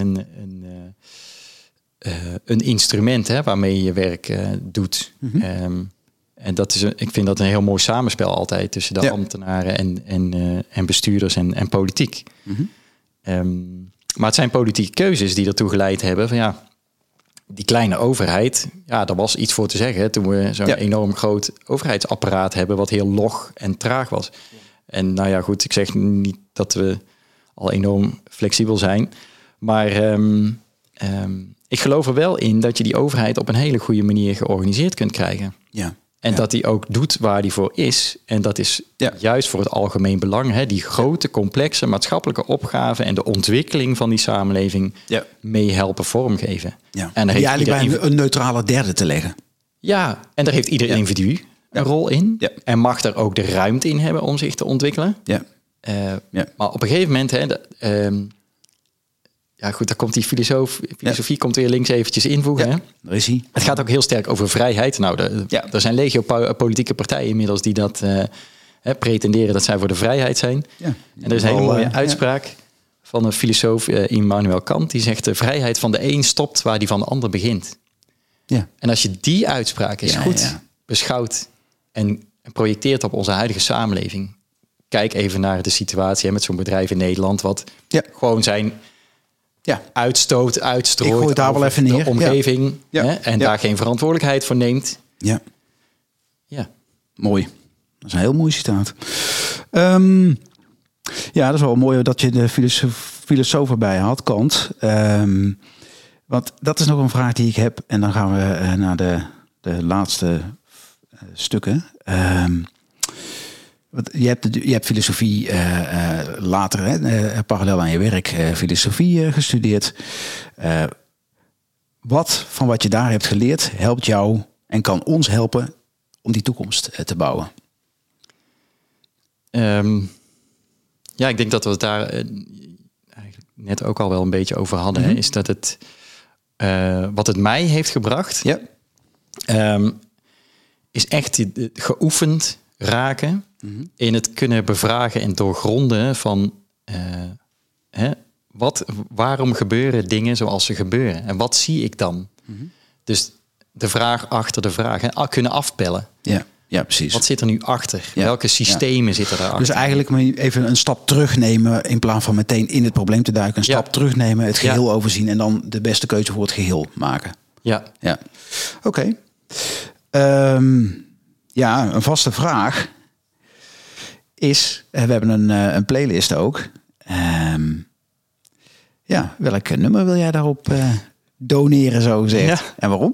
een instrument, hè, waarmee je werk doet. Mm-hmm. En ik vind dat een heel mooi samenspel altijd tussen de ambtenaren en bestuurders en politiek. Mm-hmm. Maar het zijn politieke keuzes die ertoe geleid hebben van die kleine overheid, daar was iets voor te zeggen toen we zo'n enorm groot overheidsapparaat hebben wat heel log en traag was. En nou ja, goed, ik zeg niet dat we al enorm flexibel zijn, maar ik geloof er wel in dat je die overheid op een hele goede manier georganiseerd kunt krijgen. Ja. En dat die ook doet waar die voor is. En dat is juist voor het algemeen belang. Hè? Die grote, complexe maatschappelijke opgaven... en de ontwikkeling van die samenleving mee helpen vormgeven. Ja. En die eigenlijk bij een neutrale derde te leggen. Ja, en daar heeft ieder individu een rol in. Ja. En mag er ook de ruimte in hebben om zich te ontwikkelen. Ja. Maar op een gegeven moment... ja goed, daar komt die filosofie komt weer links eventjes invoegen. Ja, hè? Daar is hij. Het gaat ook heel sterk over vrijheid. Nou, er zijn legio politieke partijen inmiddels die dat pretenderen dat zij voor de vrijheid zijn. Ja, en er is een hele mooie uitspraak van een filosoof, Immanuel Kant, die zegt: de vrijheid van de een stopt waar die van de ander begint. Ja. En als je die uitspraak eens goed beschouwt en projecteert op onze huidige samenleving, kijk even naar de situatie met zo'n bedrijf in Nederland, wat gewoon zijn uitstoot, uitstrooit. Ik gooi het daar wel even neer. De omgeving. Hè, en daar geen verantwoordelijkheid voor neemt. Ja. Mooi. Dat is een heel mooi citaat. Dat is wel mooi dat je de filosoof erbij had, Kant. Want dat is nog een vraag die ik heb. En dan gaan we naar de laatste stukken. Je hebt filosofie later, parallel aan je werk, filosofie gestudeerd. Wat van wat je daar hebt geleerd helpt jou en kan ons helpen om die toekomst te bouwen? Ik denk dat we het daar eigenlijk net ook al wel een beetje over hadden. Mm-hmm. Is dat het wat het mij heeft gebracht, is echt geoefend raken in het kunnen bevragen en doorgronden van waarom gebeuren dingen zoals ze gebeuren en wat zie ik dan? Mm-hmm. Dus de vraag achter de vraag, kunnen afpellen. Ja, precies. Wat zit er nu achter? Welke systemen zitten daarachter? Dus eigenlijk even een stap terugnemen in plaats van meteen in het probleem te duiken. Een stap terugnemen, het geheel overzien en dan de beste keuze voor het geheel maken. Ja. Oké. Een vaste vraag is, we hebben een playlist ook. Welk nummer wil jij daarop doneren, zo gezegd? Ja. En waarom?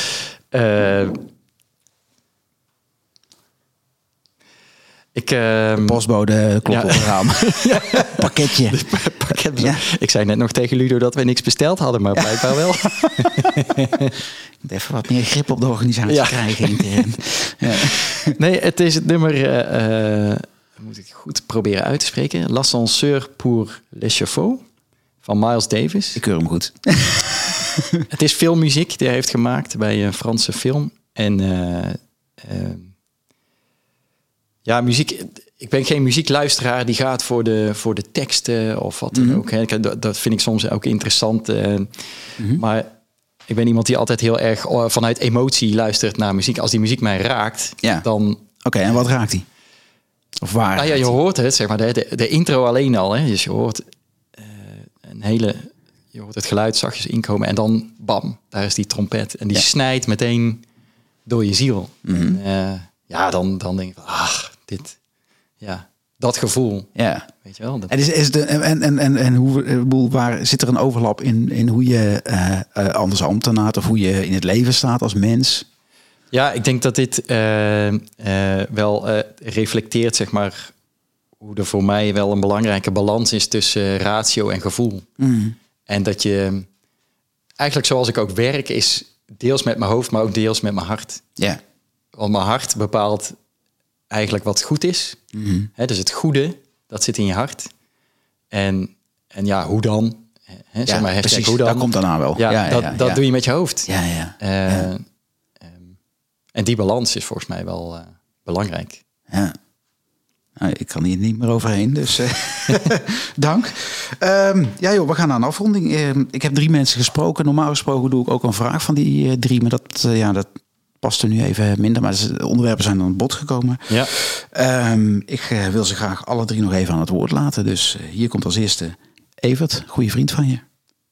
De postbode klopt op het raam. Pakketje. Pakket. Ja. Ik zei net nog tegen Ludo dat we niks besteld hadden, maar blijkbaar wel. Even wat meer grip op de organisatie krijgen intern. Nee, het is het nummer... moet ik goed proberen uit te spreken. L'ascenseur pour les chevaux van Miles Davis. Ik keur hem goed. Het is filmmuziek die hij heeft gemaakt bij een Franse film. En muziek. Ik ben geen muziekluisteraar die gaat voor de teksten of wat dan ook. Hè. Dat vind ik soms ook interessant. Maar ik ben iemand die altijd heel erg vanuit emotie luistert naar muziek. Als die muziek mij raakt, dan... Oké, en wat raakt die? Of waar? Nou ja, je hoort het, zeg maar, de intro alleen al. Hè. Dus je hoort je hoort het geluid zachtjes inkomen en dan bam, daar is die trompet. En die snijdt meteen door je ziel. Mm-hmm. En, dan denk ik, dit. Ja. dat gevoel. Ja. Weet je wel? En, waar zit er een overlap in hoe je anders ambtenaar of hoe je in het leven staat als mens? Ja, ik denk dat dit wel reflecteert, zeg maar, hoe er voor mij wel een belangrijke balans is tussen ratio en gevoel. En dat je eigenlijk zoals ik ook werk is deels met mijn hoofd, maar ook deels met mijn hart. Ja. Want mijn hart bepaalt eigenlijk wat goed is. Dus het goede, dat zit in je hart. En ja, hoe dan? Zeg maar, precies. Hoe dan? Dat komt daarna wel. Dat doe je met je hoofd. Ja. En die balans is volgens mij wel belangrijk. Ja. Nou, ik kan hier niet meer overheen, dus dank. We gaan naar een afronding. Ik heb 3 mensen gesproken. Normaal gesproken doe ik ook een vraag van die 3, maar dat past er nu even minder. Maar de onderwerpen zijn aan het bod gekomen. Ja. Ik wil ze graag alle 3 nog even aan het woord laten. Dus hier komt als eerste Evert, goede vriend van je.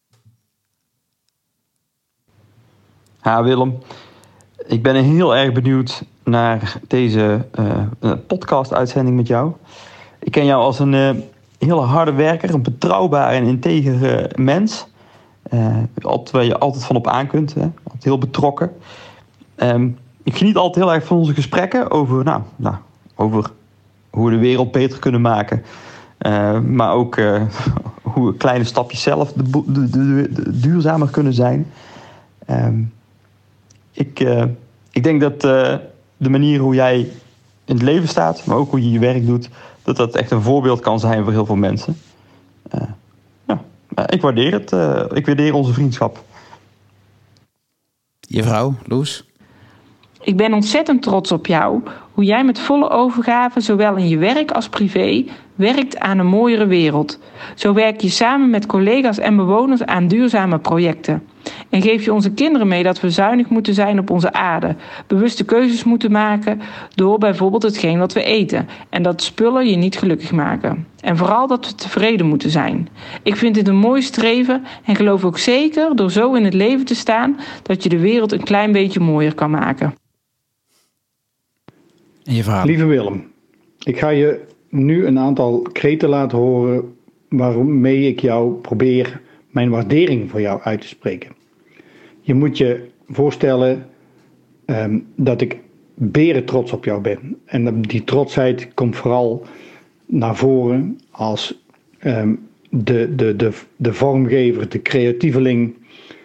Ja, Willem. Ik ben heel erg benieuwd naar deze podcast-uitzending met jou. Ik ken jou als een hele harde werker, een betrouwbare en integere mens. Waar je altijd van op aan kunt. Hè? Altijd heel betrokken. Ik geniet altijd heel erg van onze gesprekken over hoe we de wereld beter kunnen maken. Maar ook hoe kleine stapjes zelf duurzamer kunnen zijn. Ik denk dat de manier hoe jij in het leven staat, maar ook hoe je je werk doet, dat echt een voorbeeld kan zijn voor heel veel mensen. Ik waardeer het. Ik waardeer onze vriendschap. Je vrouw, Loes? Ik ben ontzettend trots op jou, hoe jij met volle overgave, zowel in je werk als privé, werkt aan een mooiere wereld. Zo werk je samen met collega's en bewoners aan duurzame projecten. En geef je onze kinderen mee dat we zuinig moeten zijn op onze aarde, bewuste keuzes moeten maken door bijvoorbeeld hetgeen wat we eten en dat spullen je niet gelukkig maken. En vooral dat we tevreden moeten zijn. Ik vind dit een mooi streven en geloof ook zeker door zo in het leven te staan dat je de wereld een klein beetje mooier kan maken. En je verhaal. Lieve Willem, ik ga je nu een aantal kreten laten horen waarmee ik jou probeer mijn waardering voor jou uit te spreken. Je moet je voorstellen dat ik beren trots op jou ben. En die trotsheid komt vooral naar voren als de vormgever, de creatieveling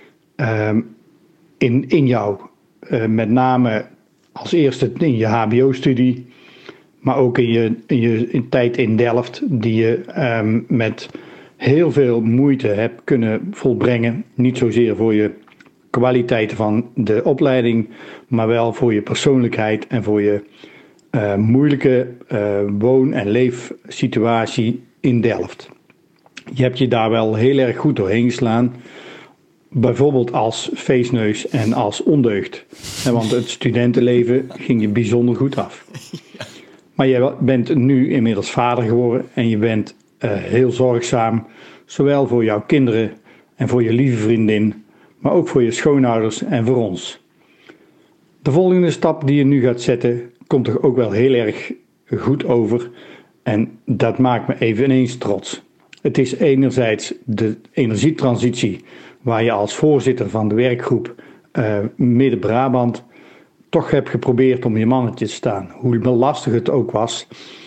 in jou. Met name als eerste in je hbo-studie, maar ook in je tijd in Delft, die je met heel veel moeite hebt kunnen volbrengen. Niet zozeer voor je kwaliteiten van de opleiding, maar wel voor je persoonlijkheid en voor je moeilijke woon- en leefsituatie in Delft. Je hebt je daar wel heel erg goed doorheen geslaan. Bijvoorbeeld als feestneus en als ondeugd. Want het studentenleven ging je bijzonder goed af. Maar je bent nu inmiddels vader geworden en je bent heel zorgzaam. Zowel voor jouw kinderen en voor je lieve vriendin, maar ook voor je schoonouders en voor ons. De volgende stap die je nu gaat zetten, komt toch ook wel heel erg goed over. En dat maakt me eveneens trots. Het is enerzijds de energietransitie, waar je als voorzitter van de werkgroep Midden-Brabant toch hebt geprobeerd om je mannetje te staan. Hoe lastig het ook was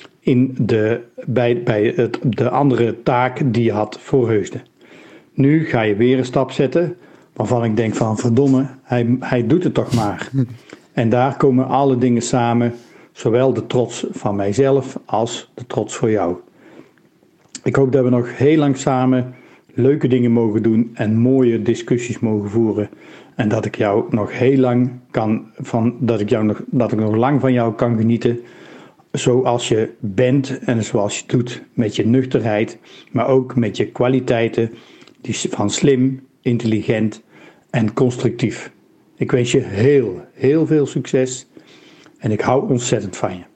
bij de andere taak die je had voor Heusden. Nu ga je weer een stap zetten waarvan ik denk van verdomme, hij doet het toch maar. En daar komen alle dingen samen, zowel de trots van mijzelf als de trots voor jou. Ik hoop dat we nog heel lang samen leuke dingen mogen doen en mooie discussies mogen voeren. En dat ik jou nog heel lang dat ik nog lang van jou kan genieten. Zoals je bent en zoals je doet met je nuchterheid, maar ook met je kwaliteiten die van slim, intelligent en constructief. Ik wens je heel, heel veel succes en ik hou ontzettend van je.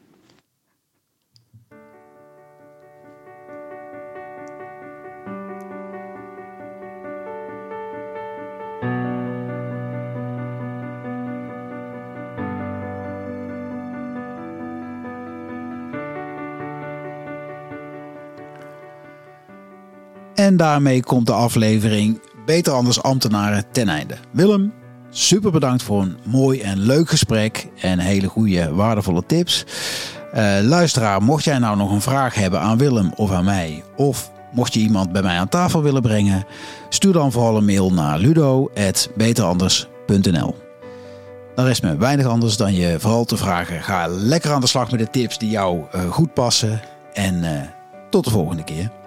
En daarmee komt de aflevering Beter Anders Ambtenaren ten einde. Willem, super bedankt voor een mooi en leuk gesprek en hele goede, waardevolle tips. Luisteraar, mocht jij nou nog een vraag hebben aan Willem of aan mij, of mocht je iemand bij mij aan tafel willen brengen, stuur dan vooral een mail naar ludo@beteranders.nl. Dan rest me weinig anders dan je vooral te vragen. Ga lekker aan de slag met de tips die jou goed passen. En tot de volgende keer.